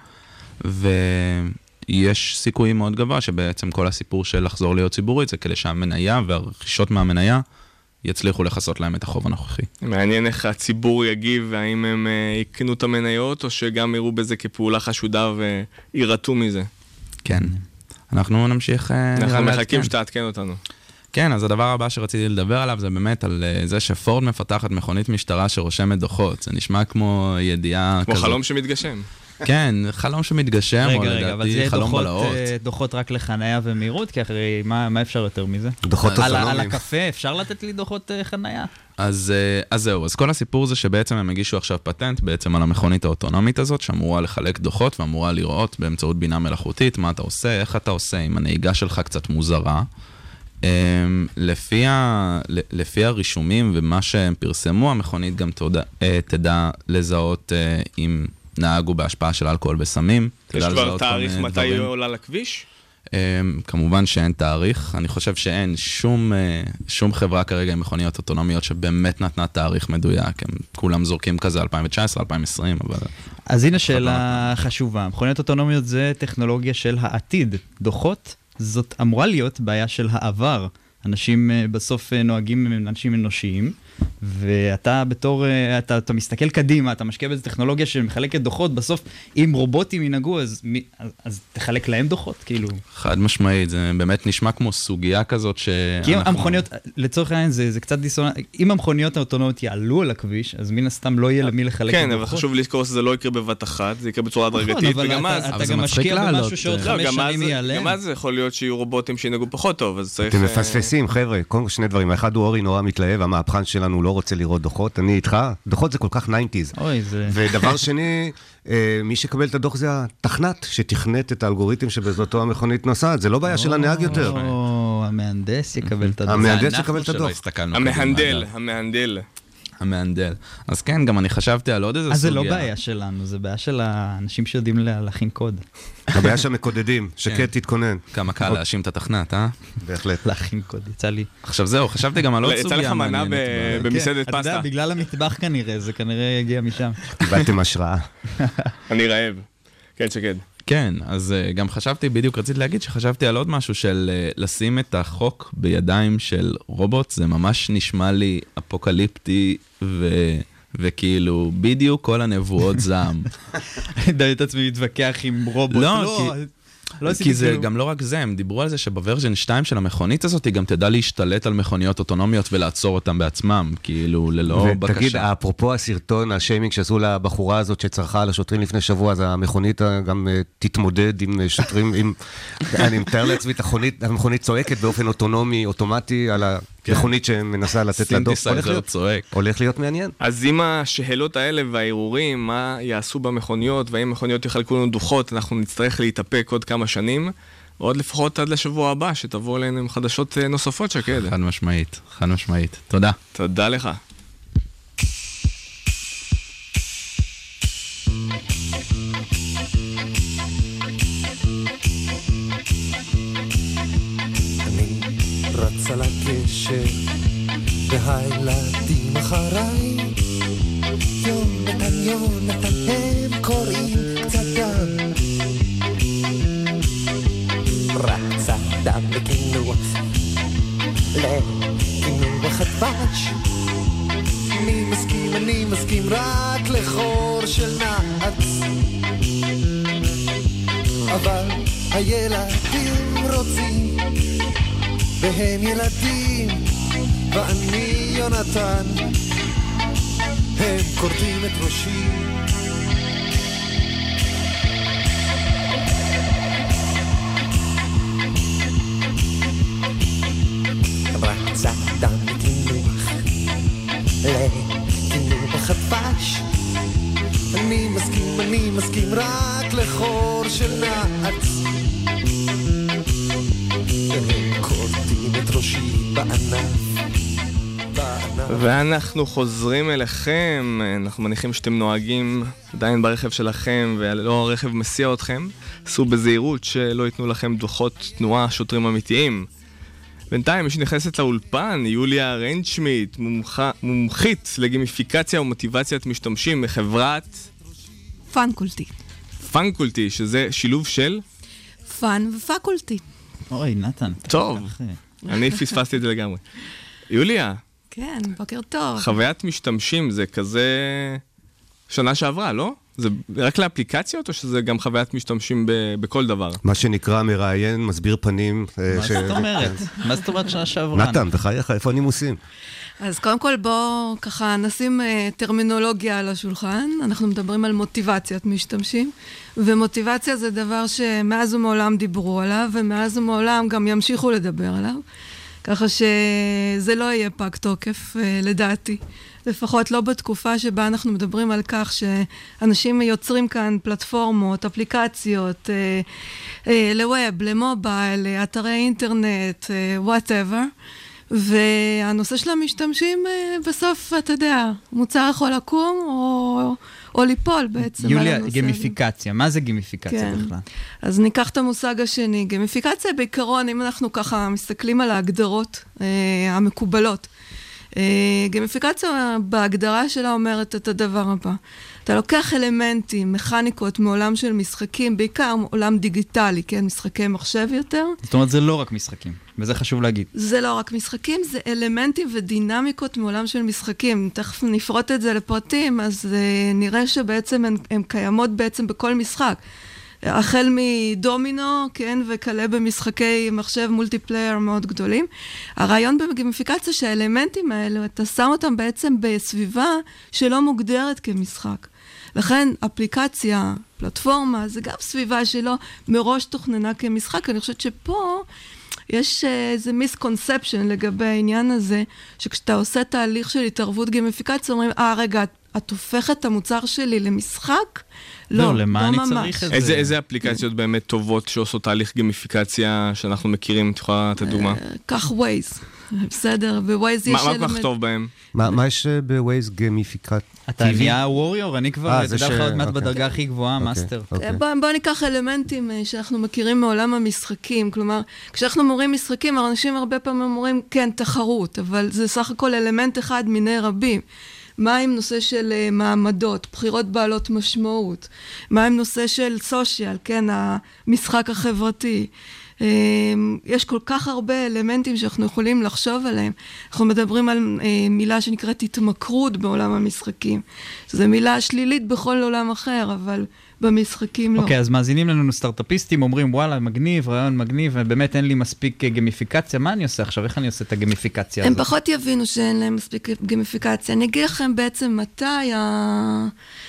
ויש סיכוי מאוד גבוה שבעצם כל הסיפור של לחזור להיות ציבורית זה כדי שהמניה והרכישות מהמניה יצליחו לחסות להם את החוב הנוכחי. מעניין איך הציבור יגיב והאם הם יקנו את המניות או שגם יראו בזה כפעולה חשודה וירתו מזה. כן. אנחנו נמשיך... אנחנו מחכים שתעדכן אותנו. כן, אז הדבר הבא שרציתי לדבר עליו זה באמת על זה שפורד מפתחת מכונית משטרה שרושמת דוחות. זה נשמע כמו ידיעה כמו חלום שמתגשם. כן, חלום שמתגשם, רגע, רגע, אבל זה דוחות, דוחות רק לחנייה ומהירות, כי אחרי, מה, מה אפשר יותר מזה? דוחות אוטונומיים. על הקפה, אפשר לתת לי דוחות חנייה? אז, אז זהו, אז כל הסיפור זה שבעצם הם הגישו עכשיו פטנט בעצם על המכונית האוטונומית הזאת, שאמורה לחלק דוחות ואמורה לראות באמצעות בינה מלאכותית מה אתה עושה, איך אתה עושה, אם הנהיגה שלך קצת מוזרה. לפי, ה, לפי הרישומים ומה שהם פרסמו, המכונית גם תדע, תדע לזהות עם... נהגו בהשפעה של אלכוהול בסמים. יש כבר תאריך מתי היא עולה לכביש? כמובן שאין תאריך. אני חושב שאין שום, שום חברה כרגע עם מכוניות אוטונומיות שבאמת נתנה תאריך מדויק. הם כולם זורקים כזה אלפיים תשע עשרה, אלפיים עשרים, אבל... אז הנה שאלה חשובה. מכוניות אוטונומיות זה טכנולוגיה של העתיד. דוחות זאת אמורה להיות בעיה של העבר. אנשים בסוף נוהגים עם אנשים אנושיים, ואתה בתור, אתה, אתה מסתכל קדימה, אתה משקיע באיזו טכנולוגיה שמחלקת דוחות, בסוף אם רובוטים ינהגו, אז, אז, אז תחלק להם דוחות, כאילו. חד משמעית, זה באמת נשמע כמו סוגיה כזאת ש... כי אם המכוניות, לצורך העניין, זה, זה קצת דיסוננס, אם המכוניות האוטונומיות יעלו על הכביש, אז מן הסתם לא יהיה למי לחלק כן, דוחות. אבל חשוב לזכור שזה לא יקרה בבת אחת, זה יקרה בצורה הדרגתית, וגם אז... אתה גם משקיע במשהו שעוד חמש שנים יעלה. גם אז זה יכול להיות שיהיו רובוטים שינהגו פחות טוב, אז צריך... אתם מפספסים, חבר'ה, קודם כל שני דברים. האחד הוא אורי נורא מתלהב, המהפכן שלנו לא רוצה לראות דוחות. אני איתך, דוחות זה כל כך ניינטיז. אוי, זה... ודבר שני, מי שקבל את הדוח זה התכנת, שתכנת את האלגוריתם שבזאתו המכונית נוסעת. זה לא בעיה של הנהג יותר. או, המהנדס יקבל את הדוח. המהנדס יקבל את הדוח. המהנדל, המהנדל. המהנדל. אז כן, גם אני חשבתי על עוד איזה סוגיה. אז זה לא בעיה שלנו, זה בעיה של האנשים שיודעים להכין קוד. הבעיה של המקודדים, שקד תתכונן. כמה קל להאשים את התכנת, אה? בהחלט. להכין קוד, יצא לי. עכשיו זהו, חשבתי גם על עוד סוגיה. יצא לך מנה במסעדת פסטה. אתה יודע, בגלל המטבח כנראה, זה כנראה יגיע משם. קיבלתם השראה. אני רעב. כן, שקד. כן, אז uh, גם חשבתי, בדיוק רציתי להגיד שחשבתי על עוד משהו של uh, לשים את החוק בידיים של רובוט, זה ממש נשמע לי אפוקליפטי ו... וכאילו בדיוק כל הנבואות זעם. די את עצמי להתווכח עם רובוט. לא, כי... לא כי זה כאילו... גם לא רק זה, הם דיברו על זה שבוורז'ן שתיים של המכונית הזאת היא גם תדע להשתלט על מכוניות אוטונומיות ולעצור אותם בעצמם, כאילו ללא ותגיד, בקשה. ותגיד, אפרופו הסרטון, השיימינג שעשו לבחורה הזאת שצרחה על השוטרים לפני שבוע, אז המכונית גם uh, תתמודד עם שוטרים, עם... אני מתאר לעצמי את המכונית, המכונית צועקת באופן אוטונומי, אוטומטי, על המכונית שמנסה לתת לדוף. הולך להיות, הולך להיות מעניין. אז עם השאלות האלה והעירורים, מה יעשו במכוניות, והאם מכוניות יחלקו לנו דוחות, אנחנו נצטרך להתאפק עוד כמה שנים, עוד לפחות עד לשבוע הבא, שתבוא אלינו עם חדשות נוספות שקד. חד משמעית, חד משמעית. תודה. תודה לך. רץ על הגשר והילדים אחריי יונתן יונתן הם קוראים קצת דם רץ אדם לקינוח לקינוח הדבש אני מסכים אני מסכים רק לחור של נעץ אבל הילדים רוצים והם ילדים, ואני יונתן, הם קוראים את ראשי. רץ אדם לקינוח, לקינוח הדבש. אני מסכים, אני מסכים רק לחור של נעץ. ואנחנו חוזרים אליכם, אנחנו מניחים שאתם נוהגים עדיין ברכב שלכם ולא הרכב מסיע אתכם, עשו בזהירות שלא ייתנו לכם דוחות תנועה שוטרים אמיתיים. בינתיים מי שנכנסת לאולפן, יוליה ריינשמיט, מומחית לגימיפיקציה ומוטיבציית משתמשים מחברת פאנקולטי. פאנקולטי, שזה שילוב של? פאן ופאקולטי. אוי, נתן. טוב, אני פספסתי את זה לגמרי. יוליה. כן, בוקר טוב. חוויית משתמשים זה כזה שנה שעברה, לא? זה רק לאפליקציות או שזה גם חוויית משתמשים בכל דבר? מה שנקרא מראיין, מסביר פנים. מה זאת אומרת? מה זאת אומרת שנה שעברה? נתן, בחייך, איפה הנימוסים? אז קודם כל בואו ככה נשים טרמינולוגיה על השולחן. אנחנו מדברים על מוטיבציית משתמשים, ומוטיבציה זה דבר שמאז ומעולם דיברו עליו, ומאז ומעולם גם ימשיכו לדבר עליו. ככה שזה לא יהיה פג תוקף, לדעתי. לפחות לא בתקופה שבה אנחנו מדברים על כך שאנשים יוצרים כאן פלטפורמות, אפליקציות, אה, אה, לווב, למובייל, אתרי אינטרנט, אה, whatever. והנושא של המשתמשים אה, בסוף, אתה יודע, מוצר יכול לקום או, או ליפול בעצם. יוליה, גימיפיקציה. מה זה גימיפיקציה כן. בכלל? אז ניקח את המושג השני. גימיפיקציה בעיקרון, אם אנחנו ככה מסתכלים על ההגדרות אה, המקובלות, גימיפיקציה בהגדרה שלה אומרת את הדבר הבא. אתה לוקח אלמנטים, מכניקות מעולם של משחקים, בעיקר עולם דיגיטלי, כן, משחקי מחשב יותר. זאת אומרת, זה לא רק משחקים, וזה חשוב להגיד. זה לא רק משחקים, זה אלמנטים ודינמיקות מעולם של משחקים. תכף נפרוט את זה לפרטים, אז uh, נראה שבעצם הן, הן קיימות בעצם בכל משחק. החל מדומינו, כן, וכלה במשחקי מחשב מולטיפלייר מאוד גדולים. הרעיון בגימיפיקציה שהאלמנטים האלה, אתה שם אותם בעצם בסביבה שלא מוגדרת כמשחק. לכן אפליקציה, פלטפורמה, זה גם סביבה שלא מראש תוכננה כמשחק. אני חושבת שפה יש איזה מיסקונספשן לגבי העניין הזה, שכשאתה עושה תהליך של התערבות גימיפיקציה, אומרים, אה, רגע, את הופכת את המוצר שלי למשחק? לא, למה אני צריך את זה? איזה, איזה אפליקציות באמת טובות שעושות תהליך גימיפיקציה שאנחנו מכירים? את יכולה לתת דוגמה? כך ווייז, בסדר, בווייז יש... מה כך טוב בהם? מה יש בווייז גימיפיקציה? אתה נהיה ווריור, אני כבר, אתה יודע לך עוד מעט בדרגה הכי גבוהה, מאסטר. בואו ניקח אלמנטים שאנחנו מכירים מעולם המשחקים, כלומר, כשאנחנו מורים משחקים, אנשים הרבה פעמים אומרים, כן, תחרות, אבל זה סך הכל אלמנט אחד מיני רבים. מה עם נושא של מעמדות, בחירות בעלות משמעות? מה עם נושא של סושיאל, כן, המשחק החברתי? יש כל כך הרבה אלמנטים שאנחנו יכולים לחשוב עליהם. אנחנו מדברים על מילה שנקראת התמכרות בעולם המשחקים. זו מילה שלילית בכל עולם אחר, אבל במשחקים לא. אוקיי, אז מאזינים לנו סטארט-אפיסטים, אומרים, וואלה, מגניב, רעיון מגניב, ובאמת אין לי מספיק גמיפיקציה. מה אני עושה עכשיו? איך אני עושה את הגמיפיקציה הזאת? הם פחות יבינו שאין להם מספיק גמיפיקציה. אני אגיד לכם בעצם מתי ה...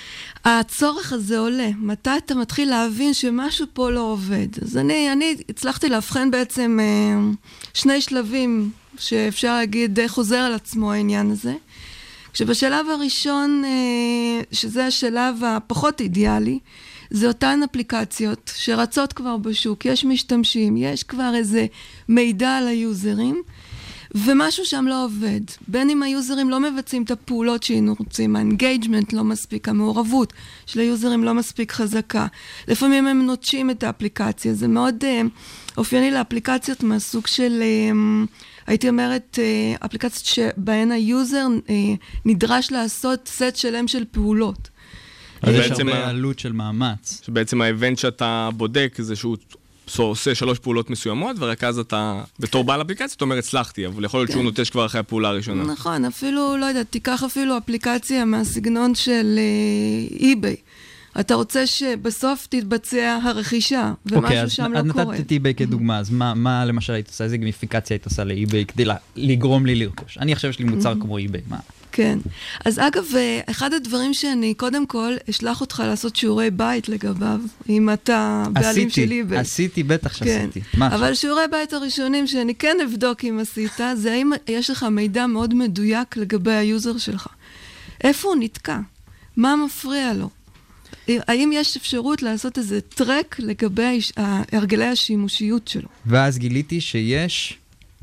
הצורך הזה עולה, מתי אתה מתחיל להבין שמשהו פה לא עובד. אז אני, אני הצלחתי להבחן בעצם שני שלבים שאפשר להגיד די חוזר על עצמו העניין הזה. כשבשלב הראשון, שזה השלב הפחות אידיאלי, זה אותן אפליקציות שרצות כבר בשוק, יש משתמשים, יש כבר איזה מידע על היוזרים, ומשהו שם לא עובד. בין אם היוזרים לא מבצעים את הפעולות שהיינו רוצים, האנגייג'מנט לא מספיק, המעורבות של היוזרים לא מספיק חזקה. לפעמים הם נוטשים את האפליקציה. זה מאוד uh, אופייני לאפליקציות מהסוג של, uh, הייתי אומרת, uh, אפליקציות שבהן היוזר uh, נדרש לעשות סט שלם של פעולות. אז יש הרבה עלות של מאמץ. שבעצם האבנט שאתה בודק זה שהוא... עושה שלוש פעולות מסוימות, ורק אז אתה, בתור בעל אפליקציה, אתה אומר, הצלחתי, אבל יכול להיות שהוא נוטש כבר אחרי הפעולה הראשונה. נכון, אפילו, לא יודעת, תיקח אפילו אפליקציה מהסגנון של אי-ביי. אתה רוצה שבסוף תתבצע הרכישה, ומשהו שם לא קורה. אז נתת את אי-ביי כדוגמה, אז מה למשל היית עושה, איזה גמיפיקציה היית עושה לאי-ביי, כדי לגרום לי לרכוש? אני עכשיו יש לי מוצר כמו אי-ביי, מה? כן. אז אגב, אחד הדברים שאני קודם כל אשלח אותך לעשות שיעורי בית לגביו, אם אתה בעלים של אי-ביי. עשיתי, בטח שעשיתי. אבל שיעורי בית הראשונים שאני כן אבדוק אם עשית, זה האם יש לך מידע מאוד מדויק לגבי היוזר שלך. איפה הוא נתקע? מה מפריע לו? האם יש אפשרות לעשות איזה טרק לגבי הרגלי השימושיות שלו? ואז גיליתי שיש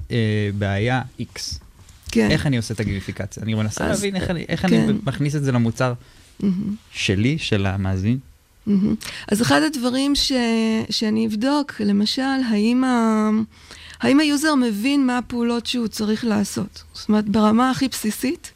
בעיה X. כן. איך אני עושה את הגמיפיקציה? אני מנסה להבין איך אני, איך אני מכניס את זה למוצר שלי, של המאזין. אז אחד הדברים ש, שאני אבדוק, למשל, האם, ה, האם היוזר מבין מה הפעולות שהוא צריך לעשות? זאת אומרת, ברמה הכי בסיסית,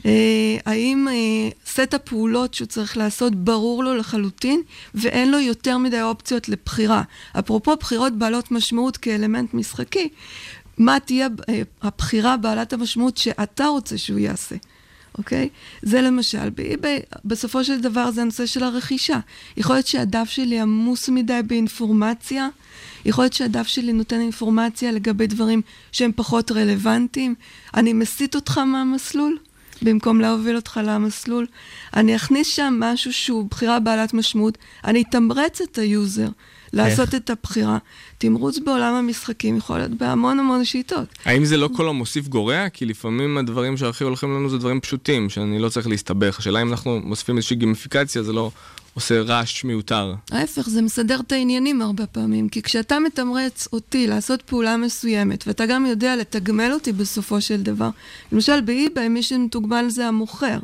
האם סט הפעולות שהוא צריך לעשות ברור לו לחלוטין, ואין לו יותר מדי אופציות לבחירה. אפרופו בחירות בעלות משמעות כאלמנט משחקי, מה תהיה הבחירה בעלת המשמעות שאתה רוצה שהוא יעשה, אוקיי? זה למשל, באי-ביי, בסופו של דבר זה הנושא של הרכישה. יכול להיות שהדף שלי עמוס מדי באינפורמציה, יכול להיות שהדף שלי נותן אינפורמציה לגבי דברים שהם פחות רלוונטיים, אני מסית אותך מהמסלול, במקום להוביל אותך למסלול, אני אכניס שם משהו שהוא בחירה בעלת משמעות, אני אתמרץ את היוזר, לעשות את הבחירה. תמרוץ בעולם המשחקים יכול להיות בהמון המון שיטות. האם זה לא כל המוסיף גורע? כי לפעמים הדברים שהכי הולכים לנו זה דברים פשוטים, שאני לא צריך להסתבך. השאלה אם אנחנו מוסיפים איזושהי גמיפיקציה, זה לא עושה רעש מיותר. ההפך, זה מסדר את העניינים הרבה פעמים, כי כשאתה מתמרץ אותי לעשות פעולה מסוימת, ואתה גם יודע לתגמל אותי בסופו של דבר, למשל באי-ביי, מי שמתוגמל זה המוכר.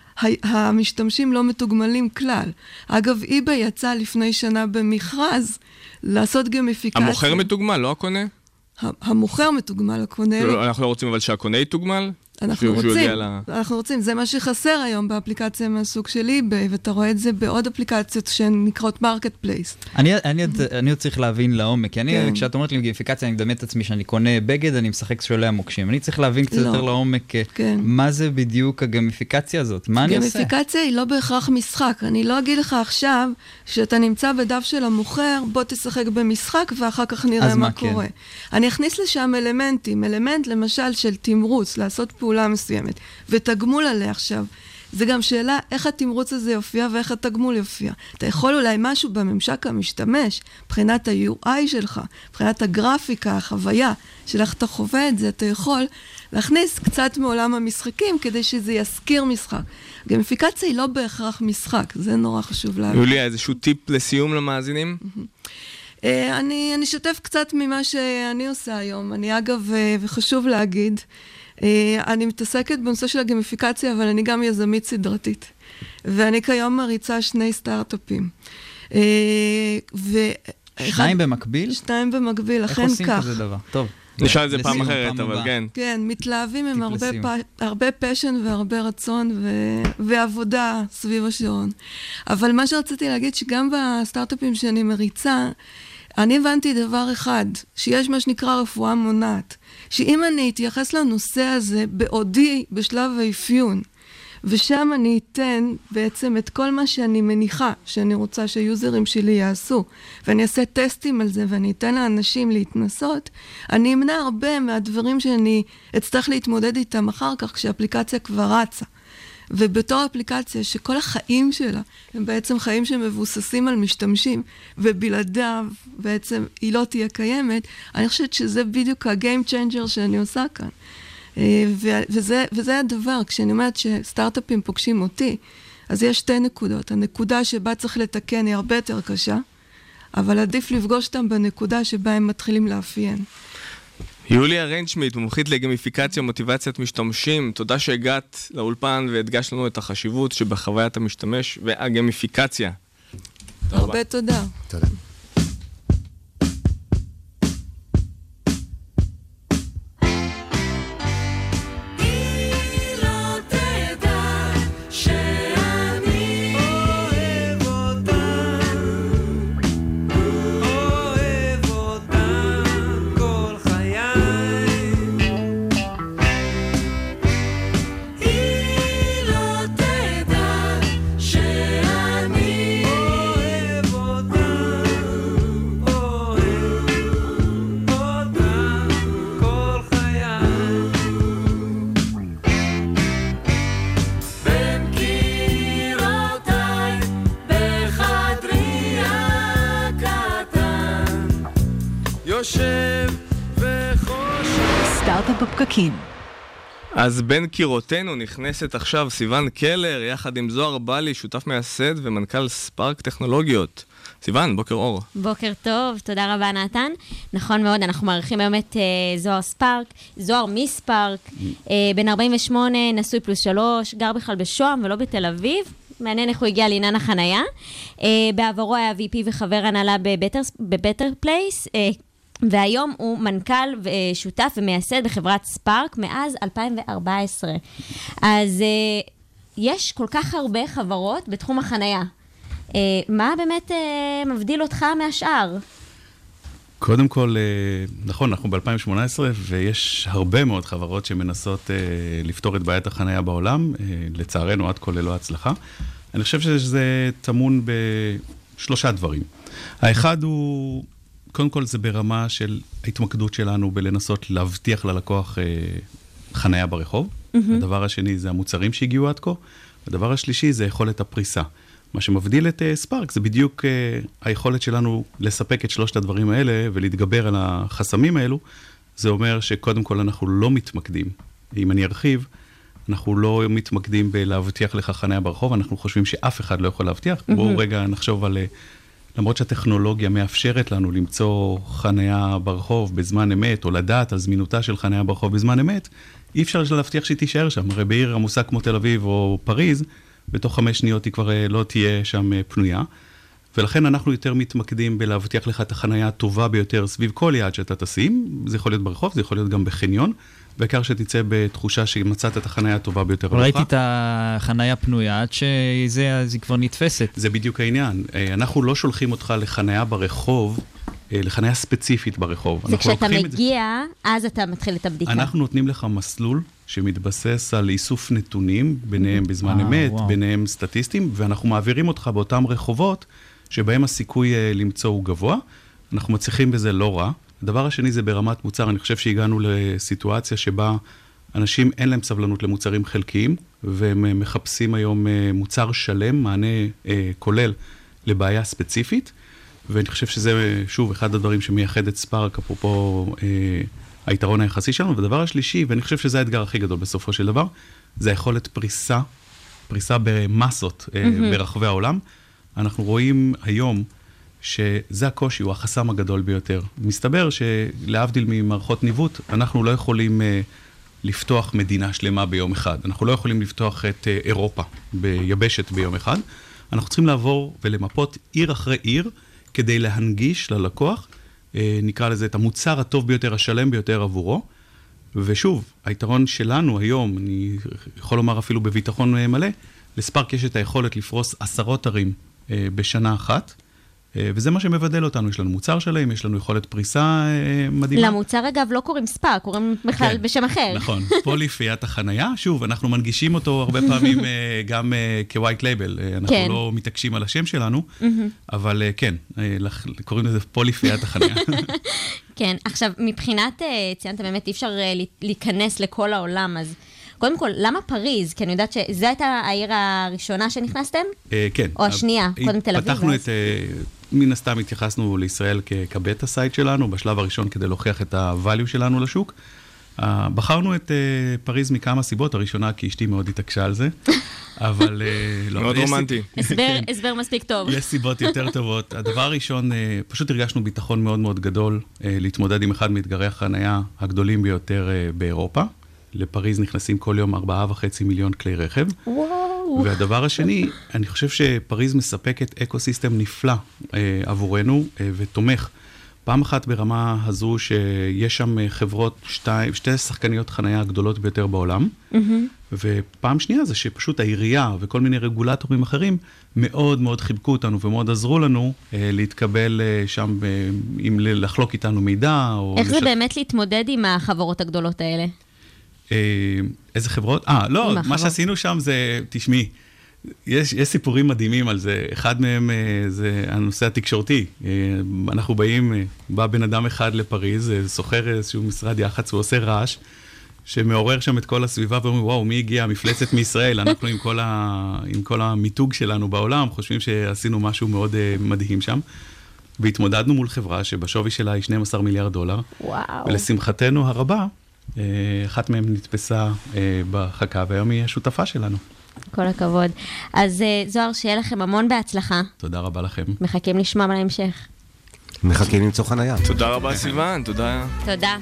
המשתמשים לא מתוגמלים כלל. אגב, אי-ביי יצא לפני שנה במכרז לעשות גמיפיקציה. המוכר מתוגמל, לא הקונה? המוכר מתוגמל, הקונה לא. אנחנו לא רוצים אבל שהקונה יתוגמל? אנחנו רוצים, אנחנו רוצים, זה מה שחסר היום באפליקציה מהסוג של אי-ביי, ואתה רואה את זה בעוד אפליקציות שהן נקראות מרקט פלייס. אני עוד צריך להבין לעומק, כי אני, כשאת אומרת לי גמיפיקציה, אני מדמה את עצמי שאני קונה בגד, אני משחק שואלי המוקשים. אני צריך להבין קצת יותר לעומק, מה זה בדיוק הגמיפיקציה הזאת, מה אני עושה? גמיפיקציה היא לא בהכרח משחק, אני לא אגיד לך עכשיו, שאתה נמצא בדף של המוכר, בוא תשחק במשחק, ואחר כך נראה מה קורה. אני אכניס לשם אלמנטים, אלמנט למשל של תמרוץ, לעשות פעולה מסוימת, ותגמול עליה עכשיו. זה גם שאלה איך התמרוץ הזה יופיע ואיך התגמול יופיע. אתה יכול אולי משהו בממשק המשתמש, מבחינת ה-יו איי שלך, מבחינת הגרפיקה, החוויה של איך אתה חווה את זה, אתה יכול להכניס קצת מעולם המשחקים כדי שזה יזכיר משחק. גמיפיקציה היא לא בהכרח משחק, זה נורא חשוב להבין. יוליה, איזשהו טיפ לסיום למאזינים? אני, אני שותף קצת ממה שאני עושה היום. אני אגב, וחשוב להגיד, אני מתעסקת בנושא של הגמיפיקציה, אבל אני גם יזמית סדרתית. ואני כיום מריצה שני סטארט-אפים. שניים במקביל? שניים במקביל, לכן כך. איך עושים כזה דבר? טוב. נשאל את זה פעם אחרת, אבל כן. כן, מתלהבים עם הרבה פשן והרבה רצון ועבודה סביב השעון. אבל מה שרציתי להגיד שגם בסטארט-אפים שאני מריצה, אני הבנתי דבר אחד, שיש מה שנקרא רפואה מונעת, שאם אני אתייחס לנושא הזה בעודי בשלב האפיון, ושם אני אתן בעצם את כל מה שאני מניחה, שאני רוצה שהיוזרים שלי יעשו, ואני אעשה טסטים על זה, ואני אתן לאנשים להתנסות, אני אמנע הרבה מהדברים שאני אצטרך להתמודד איתם אחר כך, כשהאפליקציה כבר רצה. ובתור אפליקציה שכל החיים שלה הם בעצם חיים שמבוססים על משתמשים, ובלעדיו בעצם היא לא תהיה קיימת, אני חושבת שזה בדיוק ה-game changer שאני עושה כאן. וזה, וזה הדבר, כשאני אומרת שסטארט-אפים פוגשים אותי, אז יש שתי נקודות. הנקודה שבה צריך לתקן היא הרבה יותר קשה, אבל עדיף לפגוש אותם בנקודה שבה הם מתחילים לאפיין. יוליה ריינשמיט, מומחית לגמיפיקציה ומוטיבציית משתמשים, תודה שהגעת לאולפן והדגשת לנו את החשיבות שבחוויית המשתמש והגמיפיקציה. הרבה תודה. תודה. סטארט-אפ בפקקים. אז בין קירותינו נכנסת עכשיו סיוון קלר, יחד עם זוהר בלי, שותף מייסד ומנכ"ל ספארק טכנולוגיות. סיוון, בוקר אור. בוקר טוב, תודה רבה נתן. נכון מאוד, אנחנו מעריכים היום את uh, זוהר ספארק, זוהר מספארק, uh, בן ארבעים ושמונה, נשוי פלוס שלוש, גר בכלל בשוהם ולא בתל אביב. מעניין איך הוא הגיע לעניין החנייה. Uh, בעברו היה וי פי וחבר הנהלה בבטר פלייס, uh, והיום הוא מנכ"ל ושותף ומייסד בחברת ספארק מאז אלפיים וארבע עשרה. אז uh, יש כל כך הרבה חברות בתחום החנייה. Uh, מה באמת uh, מבדיל אותך מהשאר? קודם כל, uh, נכון, אנחנו ב-אלפיים שמונה עשרה, ויש הרבה מאוד חברות שמנסות uh, לפתור את בעיית החנייה בעולם, uh, לצערנו עד כה ללא הצלחה. אני חושב שזה טמון בשלושה דברים. האחד הוא... קודם כל זה ברמה של ההתמקדות שלנו בלנסות להבטיח ללקוח אה, חנייה ברחוב. Mm-hmm. הדבר השני זה המוצרים שהגיעו עד כה. הדבר השלישי זה יכולת הפריסה. מה שמבדיל את אה, ספארק זה בדיוק אה, היכולת שלנו לספק את שלושת הדברים האלה ולהתגבר על החסמים האלו. זה אומר שקודם כל אנחנו לא מתמקדים. אם אני ארחיב, אנחנו לא מתמקדים בלהבטיח לך חנייה ברחוב, אנחנו חושבים שאף אחד לא יכול להבטיח. Mm-hmm. בואו רגע נחשוב על... למרות שהטכנולוגיה מאפשרת לנו למצוא חנייה ברחוב בזמן אמת, או לדעת על זמינותה של חנייה ברחוב בזמן אמת, אי אפשר להבטיח שהיא תישאר שם. הרי בעיר עמוסה כמו תל אביב או פריז, בתוך חמש שניות היא כבר לא תהיה שם פנויה. ולכן אנחנו יותר מתמקדים בלהבטיח לך את החנייה הטובה ביותר סביב כל יעד שאתה תשים. זה יכול להיות ברחוב, זה יכול להיות גם בחניון. בעיקר שתצא בתחושה שמצאת את החנייה הטובה ביותר. ראיתי את החנייה פנויה, עד שזה כבר נתפסת. זה בדיוק העניין. אנחנו לא שולחים אותך לחנייה ברחוב, לחנייה ספציפית ברחוב. זה כשאתה מגיע, אז אתה מתחיל את הבדיקה. אנחנו נותנים לך מסלול שמתבסס על איסוף נתונים, ביניהם בזמן אמת, ביניהם סטטיסטים, ואנחנו מעבירים אותך באותם רחובות, שבהם הסיכוי למצוא הוא גבוה. אנחנו מצליחים בזה לא רע. הדבר השני זה ברמת מוצר, אני חושב שהגענו לסיטואציה שבה אנשים אין להם סבלנות למוצרים חלקיים, והם מחפשים היום מוצר שלם, מענה אה, כולל לבעיה ספציפית, ואני חושב שזה, שוב, אחד הדברים שמייחד את ספארק, אפרופו אה, היתרון היחסי שלנו, והדבר השלישי, ואני חושב שזה האתגר הכי גדול בסופו של דבר, זה היכולת פריסה, פריסה במסות אה, mm-hmm. ברחבי העולם. אנחנו רואים היום, שזה הקושי, הוא החסם הגדול ביותר. מסתבר שלהבדיל ממערכות ניווט, אנחנו לא יכולים uh, לפתוח מדינה שלמה ביום אחד. אנחנו לא יכולים לפתוח את uh, אירופה ביבשת ביום אחד. אנחנו צריכים לעבור ולמפות עיר אחרי עיר, כדי להנגיש ללקוח נקרא לזה, את המוצר הטוב ביותר, השלם ביותר עבורו. ושוב, היתרון שלנו היום, אני יכול לומר אפילו בביטחון מלא, לספארק יש את היכולת לפרוס עשרות ערים בשנה אחת, וזה מה שמבדל אותנו. יש לנו מוצר שלהם, יש לנו יכולת פריסה מדהימה. למוצר אגב לא קוראים ספארק, קוראים בכלל כן, בשם אחר. נכון, פוליפיית החנייה. שוב, אנחנו מנגישים אותו הרבה פעמים גם כווייט לייבל. אנחנו כן. לא מתעקשים על השם שלנו, אבל כן, קוראים לזה פוליפיית החנייה. כן, עכשיו, מבחינת, ציינת באמת, אי אפשר להיכנס לכל העולם, אז קודם כל, למה פריז? כי אני יודעת שזו הייתה העיר הראשונה שנכנסתם? כן. או השנייה, קודם תל אביב. פתחנו את, מן הסתם התייחסנו לישראל כבטה סייט שלנו, בשלב הראשון כדי להוכיח את ה-value שלנו לשוק. בחרנו את פריז מכמה סיבות, הראשונה כי אשתי מאוד התעקשה על זה, אבל לא. מאוד רומנטי. הסבר מספיק טוב. יש סיבות יותר טובות. הדבר הראשון, פשוט הרגשנו ביטחון מאוד מאוד גדול להתמודד עם אחד מאתגרי החנייה הגדולים ביותר באירופה. לפריז נכנסים כל יום ארבעה וחצי מיליון כלי רכב. וואו. והדבר השני, אני חושב שפריז מספקת אקוסיסטם נפלא אה, עבורנו אה, ותומך. פעם אחת ברמה הזו שיש שם חברות, שתי, שתי שחקניות חנייה הגדולות ביותר בעולם, mm-hmm. ופעם שנייה זה שפשוט העירייה וכל מיני רגולטורים אחרים מאוד מאוד חיבקו אותנו ומאוד עזרו לנו אה, להתקבל אה, שם, אה, אם לחלוק איתנו מידע. או איך לשת... זה באמת להתמודד עם החברות הגדולות האלה? איזה חברות? אה, לא, מה שעשינו שם זה, תשמעי, יש, יש סיפורים מדהימים על זה. אחד מהם זה הנושא התקשורתי. אנחנו באים, בא בן אדם אחד לפריז, סוחר איזשהו משרד יח"צ, הוא עושה רעש, שמעורר שם את כל הסביבה, ואומרים, וואו, מי הגיע? מפלצת מישראל. אנחנו עם כל, ה, עם כל המיתוג שלנו בעולם, חושבים שעשינו משהו מאוד מדהים שם. והתמודדנו מול חברה שבשווי שלה היא שנים עשר מיליארד דולר. וואו. ולשמחתנו הרבה, אחת מהם נתפסה בחכה, והיום היא השותפה שלנו. כל הכבוד. אז זוהר, שיהיה לכם המון בהצלחה. תודה רבה לכם. מחכים לשמוע על ההמשך. מחכים למצוא חנייה. תודה רבה סיוון, תודה. תודה.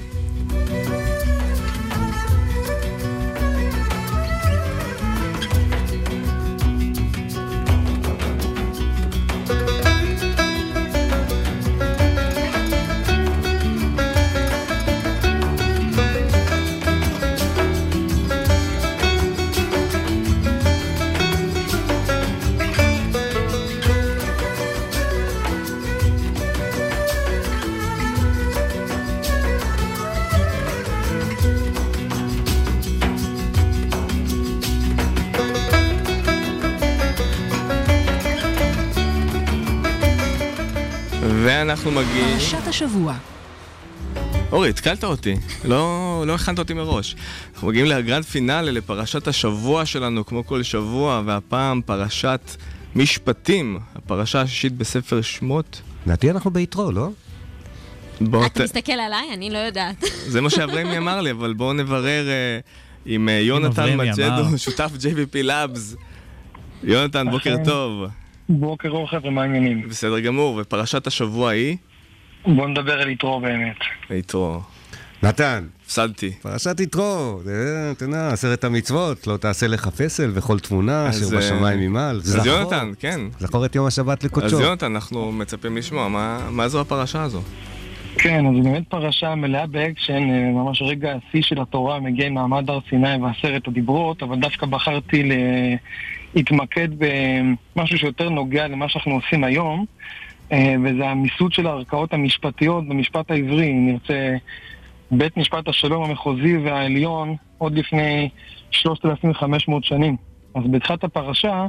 ואנחנו מגיעים... פרשת השבוע. אורי, התקלת אותי. לא, לא הכנת אותי מראש. אנחנו מגיעים לגרנד פינאלי, לפרשת השבוע שלנו, כמו כל שבוע, והפעם פרשת משפטים, הפרשה השישית בספר שמות. נעתי אנחנו ביתרו, לא? אתה מסתכל עליי? אני לא יודעת. זה מה שאברמי אמר לי, אבל בואו נברר עם יונתן מג'דו, שותף ג'יי וי פי Labs. יונתן, בוקר טוב. בוקר אור חבר'ה, מה העניינים? בסדר גמור, ופרשת השבוע היא? בוא נדבר על יתרו באמת. יתרו. נתן. הפסדתי. פרשת יתרו, תנה, עשרת המצוות, לא תעשה לך פסל וכל תמונה, אשר בשמיים ממעל. אז יונתן, כן. זכור את יום השבת לקודשו. אז יונתן, אנחנו מצפים לשמוע, מה זו הפרשה הזו? כן, אז באמת פרשה מלאה באקשן, ממש רגע השיא של התורה מגיע עם מעמד הר סיני ועשרת הדיברות, אבל דווקא בחרתי להתמקד במשהו שיותר נוגע למה שאנחנו עושים היום, וזה המיסוד של הערכאות המשפטיות במשפט העברי. אם נרצה, בית משפט השלום המחוזי והעליון עוד לפני שלושת אלפים וחמש מאות שנים. אז בתחילת הפרשה,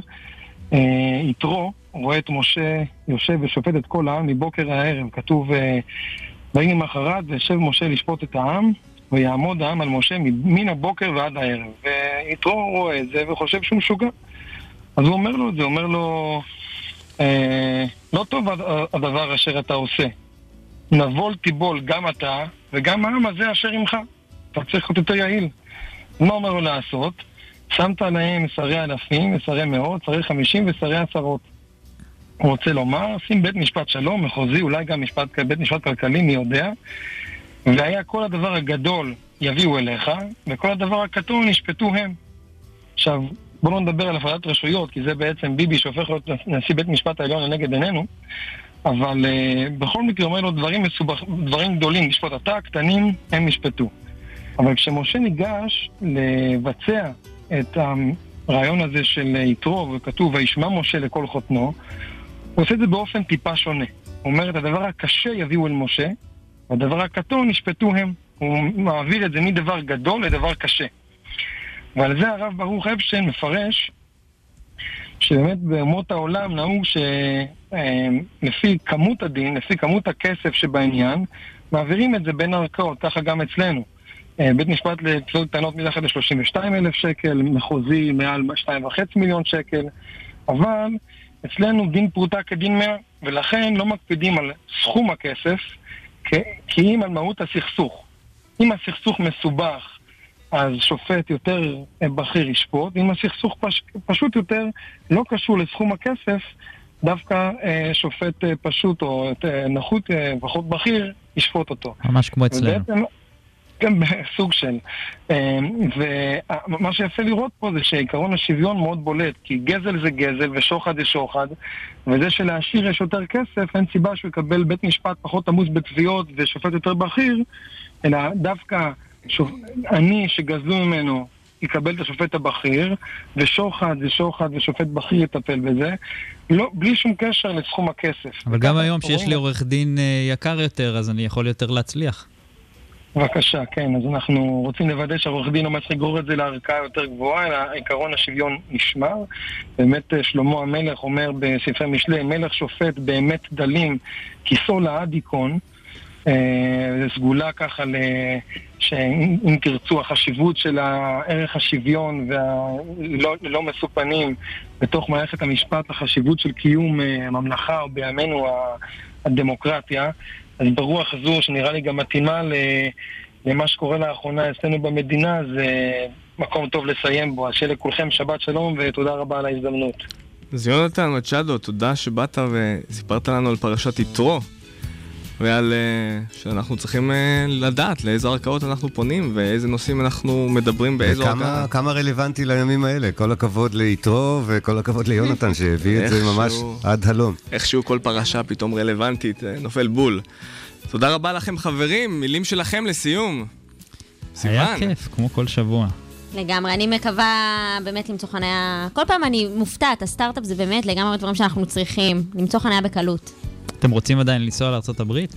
יתרו רואה את משה יושב ושופט את כל העם מבוקר הערב. כתוב, והנה מחרת וישב משה לשפוט את העם, ויעמוד העם על משה מן הבוקר ועד הערב. ויתרו רואה את זה וחושב שהוא משוגע. אז הוא אומר לו את זה, הוא אומר לו, אה, לא טוב הדבר אשר אתה עושה. נבול תיבול גם אתה, וגם העם הזה אשר עמך. אתה צריך להיות יותר יעיל. מה אומר לו לעשות? שמת עליהם שרי אלפים, שרי מאות, שרי חמישים ושרי עשרות. הוא רוצה לומר, שים בית משפט שלום, מחוזי, אולי גם משפט, בית משפט כלכלי, מי יודע. והיה כל הדבר הגדול יביאו אליך, וכל הדבר הקטון נשפטו הם. עכשיו, בואו לא נדבר על הפרדת רשויות, כי זה בעצם ביבי שהופך להיות נשיא בית משפט העליון לנגד עינינו, אבל uh, בכל מקרה אומר לו דברים מסובך, דברים גדולים, לשפוט אתה, הקטנים, הם ישפטו. אבל כשמשה ניגש לבצע את הרעיון הזה של יתרו, וכתוב, וישמע משה לכל חותנו, הוא עושה את זה באופן טיפה שונה. הוא אומר, את הדבר הקשה יביאו אל משה, והדבר הקטון ישפטו הם. הוא מעביר את זה מדבר גדול לדבר קשה. ועל זה הרב ברוך אפשטיין מפרש, שבאמת באומות העולם נהוג שלפי כמות הדין, לפי כמות הכסף שבעניין, מעבירים את זה בין הערכאות, ככה גם אצלנו. בית משפט לתביעות קטנות מתחת ל-שלושים ושתיים אלף שקל, מחוזי מעל שתיים וחצי מיליון שקל, אבל אצלנו דין פרוטה כדין מאה, ולכן לא מקפידים על סכום הכסף, כי אם על מהות הסכסוך. אם הסכסוך מסובך, אז שופט יותר בכיר ישפוט, אם הסכסוך פש... פשוט יותר לא קשור לסכום הכסף, דווקא אה, שופט אה, פשוט או אה, נחות אה, פחות בכיר ישפוט אותו. ממש כמו אצלנו. ובעצם, גם בסוג של. אה, ומה שיפה לראות פה זה שעיקרון השוויון מאוד בולט, כי גזל זה גזל ושוחד זה שוחד, וזה שלהשאיר יש יותר כסף, אין סיבה שהוא יקבל בית משפט פחות עמוס בתביעות ושופט יותר בכיר, אלא דווקא שופ... אני שגזלו ממנו יקבל את השופט הבכיר, ושוחד זה שוחד ושופט בכיר יטפל בזה, לא, בלי שום קשר לסכום הכסף. אבל גם היום שיש לי עורך דין יקר יותר, אז אני יכול יותר להצליח. בבקשה, כן. אז אנחנו רוצים לוודא שהעורך דין לא מצליח לגרור את זה לערכאה יותר גבוהה, אלא עיקרון השוויון נשמר. באמת שלמה המלך אומר בספרי משלי, מלך שופט באמת דלים, כיסו לעד יקון, זה סגולה ככה שאם תרצו החשיבות של הערך השוויון ולא מסופנים בתוך מערכת המשפט, החשיבות של קיום הממלכה או בימינו הדמוקרטיה, אז ברוח זו שנראה לי גם מתאימה למה שקורה לאחרונה אצלנו במדינה, זה מקום טוב לסיים בו. אז שיהיה לכולכם שבת שלום ותודה רבה על ההזדמנות. אז יונתן מצ'אדו, תודה שבאת וסיפרת לנו על פרשת יתרו ועל uh, שאנחנו צריכים uh, לדעת לאיזה ערכאות אנחנו פונים ואיזה נושאים אנחנו מדברים באיזו ערכאה. כמה רלוונטי לימים האלה. כל הכבוד ליתרו וכל הכבוד ליונתן שהביא את זה ממש עד הלום. איכשהו כל פרשה פתאום רלוונטית, נופל בול. תודה רבה לכם חברים, מילים שלכם לסיום. היה כיף, כמו כל שבוע. לגמרי, אני מקווה באמת למצוא חניה, כל פעם אני מופתעת, הסטארט-אפ זה באמת לגמרי דברים שאנחנו צריכים, למצוא חניה בקלות. אתם רוצים עדיין לנסוע לארצות הברית?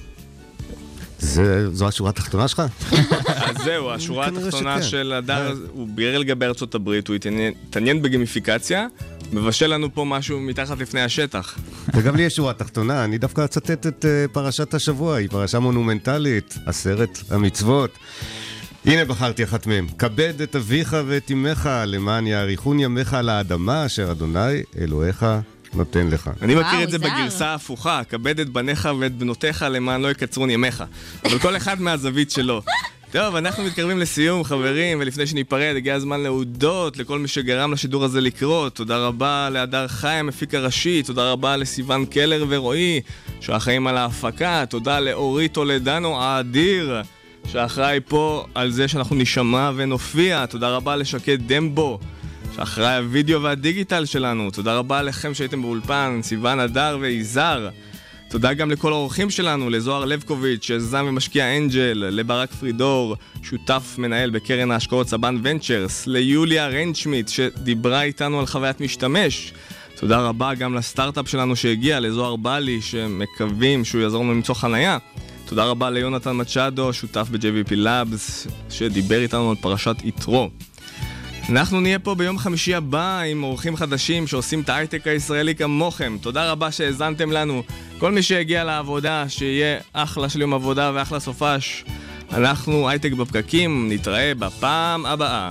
זו השורה התחתונה שלך? אז זהו, השורה התחתונה של הדר, הוא בירר לגבי ארצות הברית, הוא התעניין בגמיפיקציה, מבשל לנו פה משהו מתחת לפני השטח. וגם לי יש שורה תחתונה, אני דווקא אצטט את פרשת השבוע, היא פרשה מונומנטלית, עשרת המצוות. הנה בחרתי אחת מהם, כבד את אביך ואת אמך, למען יאריכון ימיך על האדמה, אשר אדוני אלוהיך נותן לך. אני מכיר את זה בגרסה ההפוכה, כבד את בניך ואת בנותיך למען לא יקצרון ימיך. אבל כל אחד מהזווית שלו. טוב, אנחנו מתקרבים לסיום, חברים, ולפני שניפרד, הגיע הזמן להודות לכל מי שגרם לשידור הזה לקרות. תודה רבה להדר חיים, מפיק הראשי, תודה רבה לסיוון קלר ורועי, שאחראים על ההפקה, תודה לאורית טולדנו האדיר, שאחראי פה על זה שאנחנו נשמע ונופיע, תודה רבה לשקד דמבו, שאחראי הווידאו והדיגיטל שלנו, תודה רבה לכם שהייתם באולפן, סיוון הדר ויזהר, תודה גם לכל האורחים שלנו, לזוהר לבקוביץ', יזם ומשקיע אנג'ל, לברק פרידור, שותף מנהל בקרן ההשקעות סבן ונצ'רס, ליוליה רנצ'מיט שדיברה איתנו על חוויית משתמש, תודה רבה גם לסטארט-אפ שלנו שהגיע, לזוהר בלי שמקווים שהוא יעזור לנו למצוא חנייה, תודה רבה ליונתן מצ'אדו, שותף ב-ג'יי וי פי Labs, שדיבר איתנו על פרשת יתרו. אנחנו נהיה פה ביום חמישי הבא עם אורחים חדשים שעושים את ההייטק הישראלי כמוכם. תודה רבה שהזנתם לנו. כל מי שהגיע לעבודה, שיהיה אחלה של יום עבודה ואחלה סופש. אנחנו הייטק בפקקים, נתראה בפעם הבאה.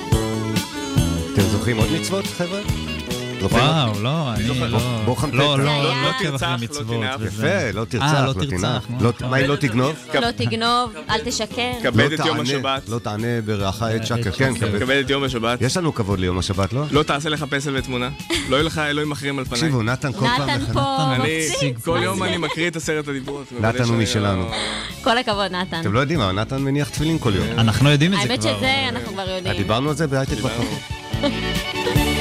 אתם זוכרים עוד מצוות, חבר'ה? וואו, לא, אני לא... בוחן פתע. לא, לא, לא לא תרצח, מצוות. לא תנאף. יפה, לא תרצח, לא תנאף. מה אם לא תגנוב? לא תגנוב, אל תשקר. כבד את יום השבת. לא תענה ברעך את שקר, כן, כבד את יום השבת. יש לנו כבוד ליום השבת, לא? לא תעשה לך פסל ותמונה. לא יהיה לך אלוהים אחרים על פניי. תקשיבו, נתן כל פעם... נתן פה מפסיק. כל יום אני מקריא את עשרת הדיברות. נתן הוא משלנו. כל הכבוד, נתן. אתם לא יודעים, אבל נתן מניח תפילין כל יום. אנחנו יודעים את זה כבר. האמת שזה אנחנו כבר יודעים. דיברנו על זה בהייטק בחוק.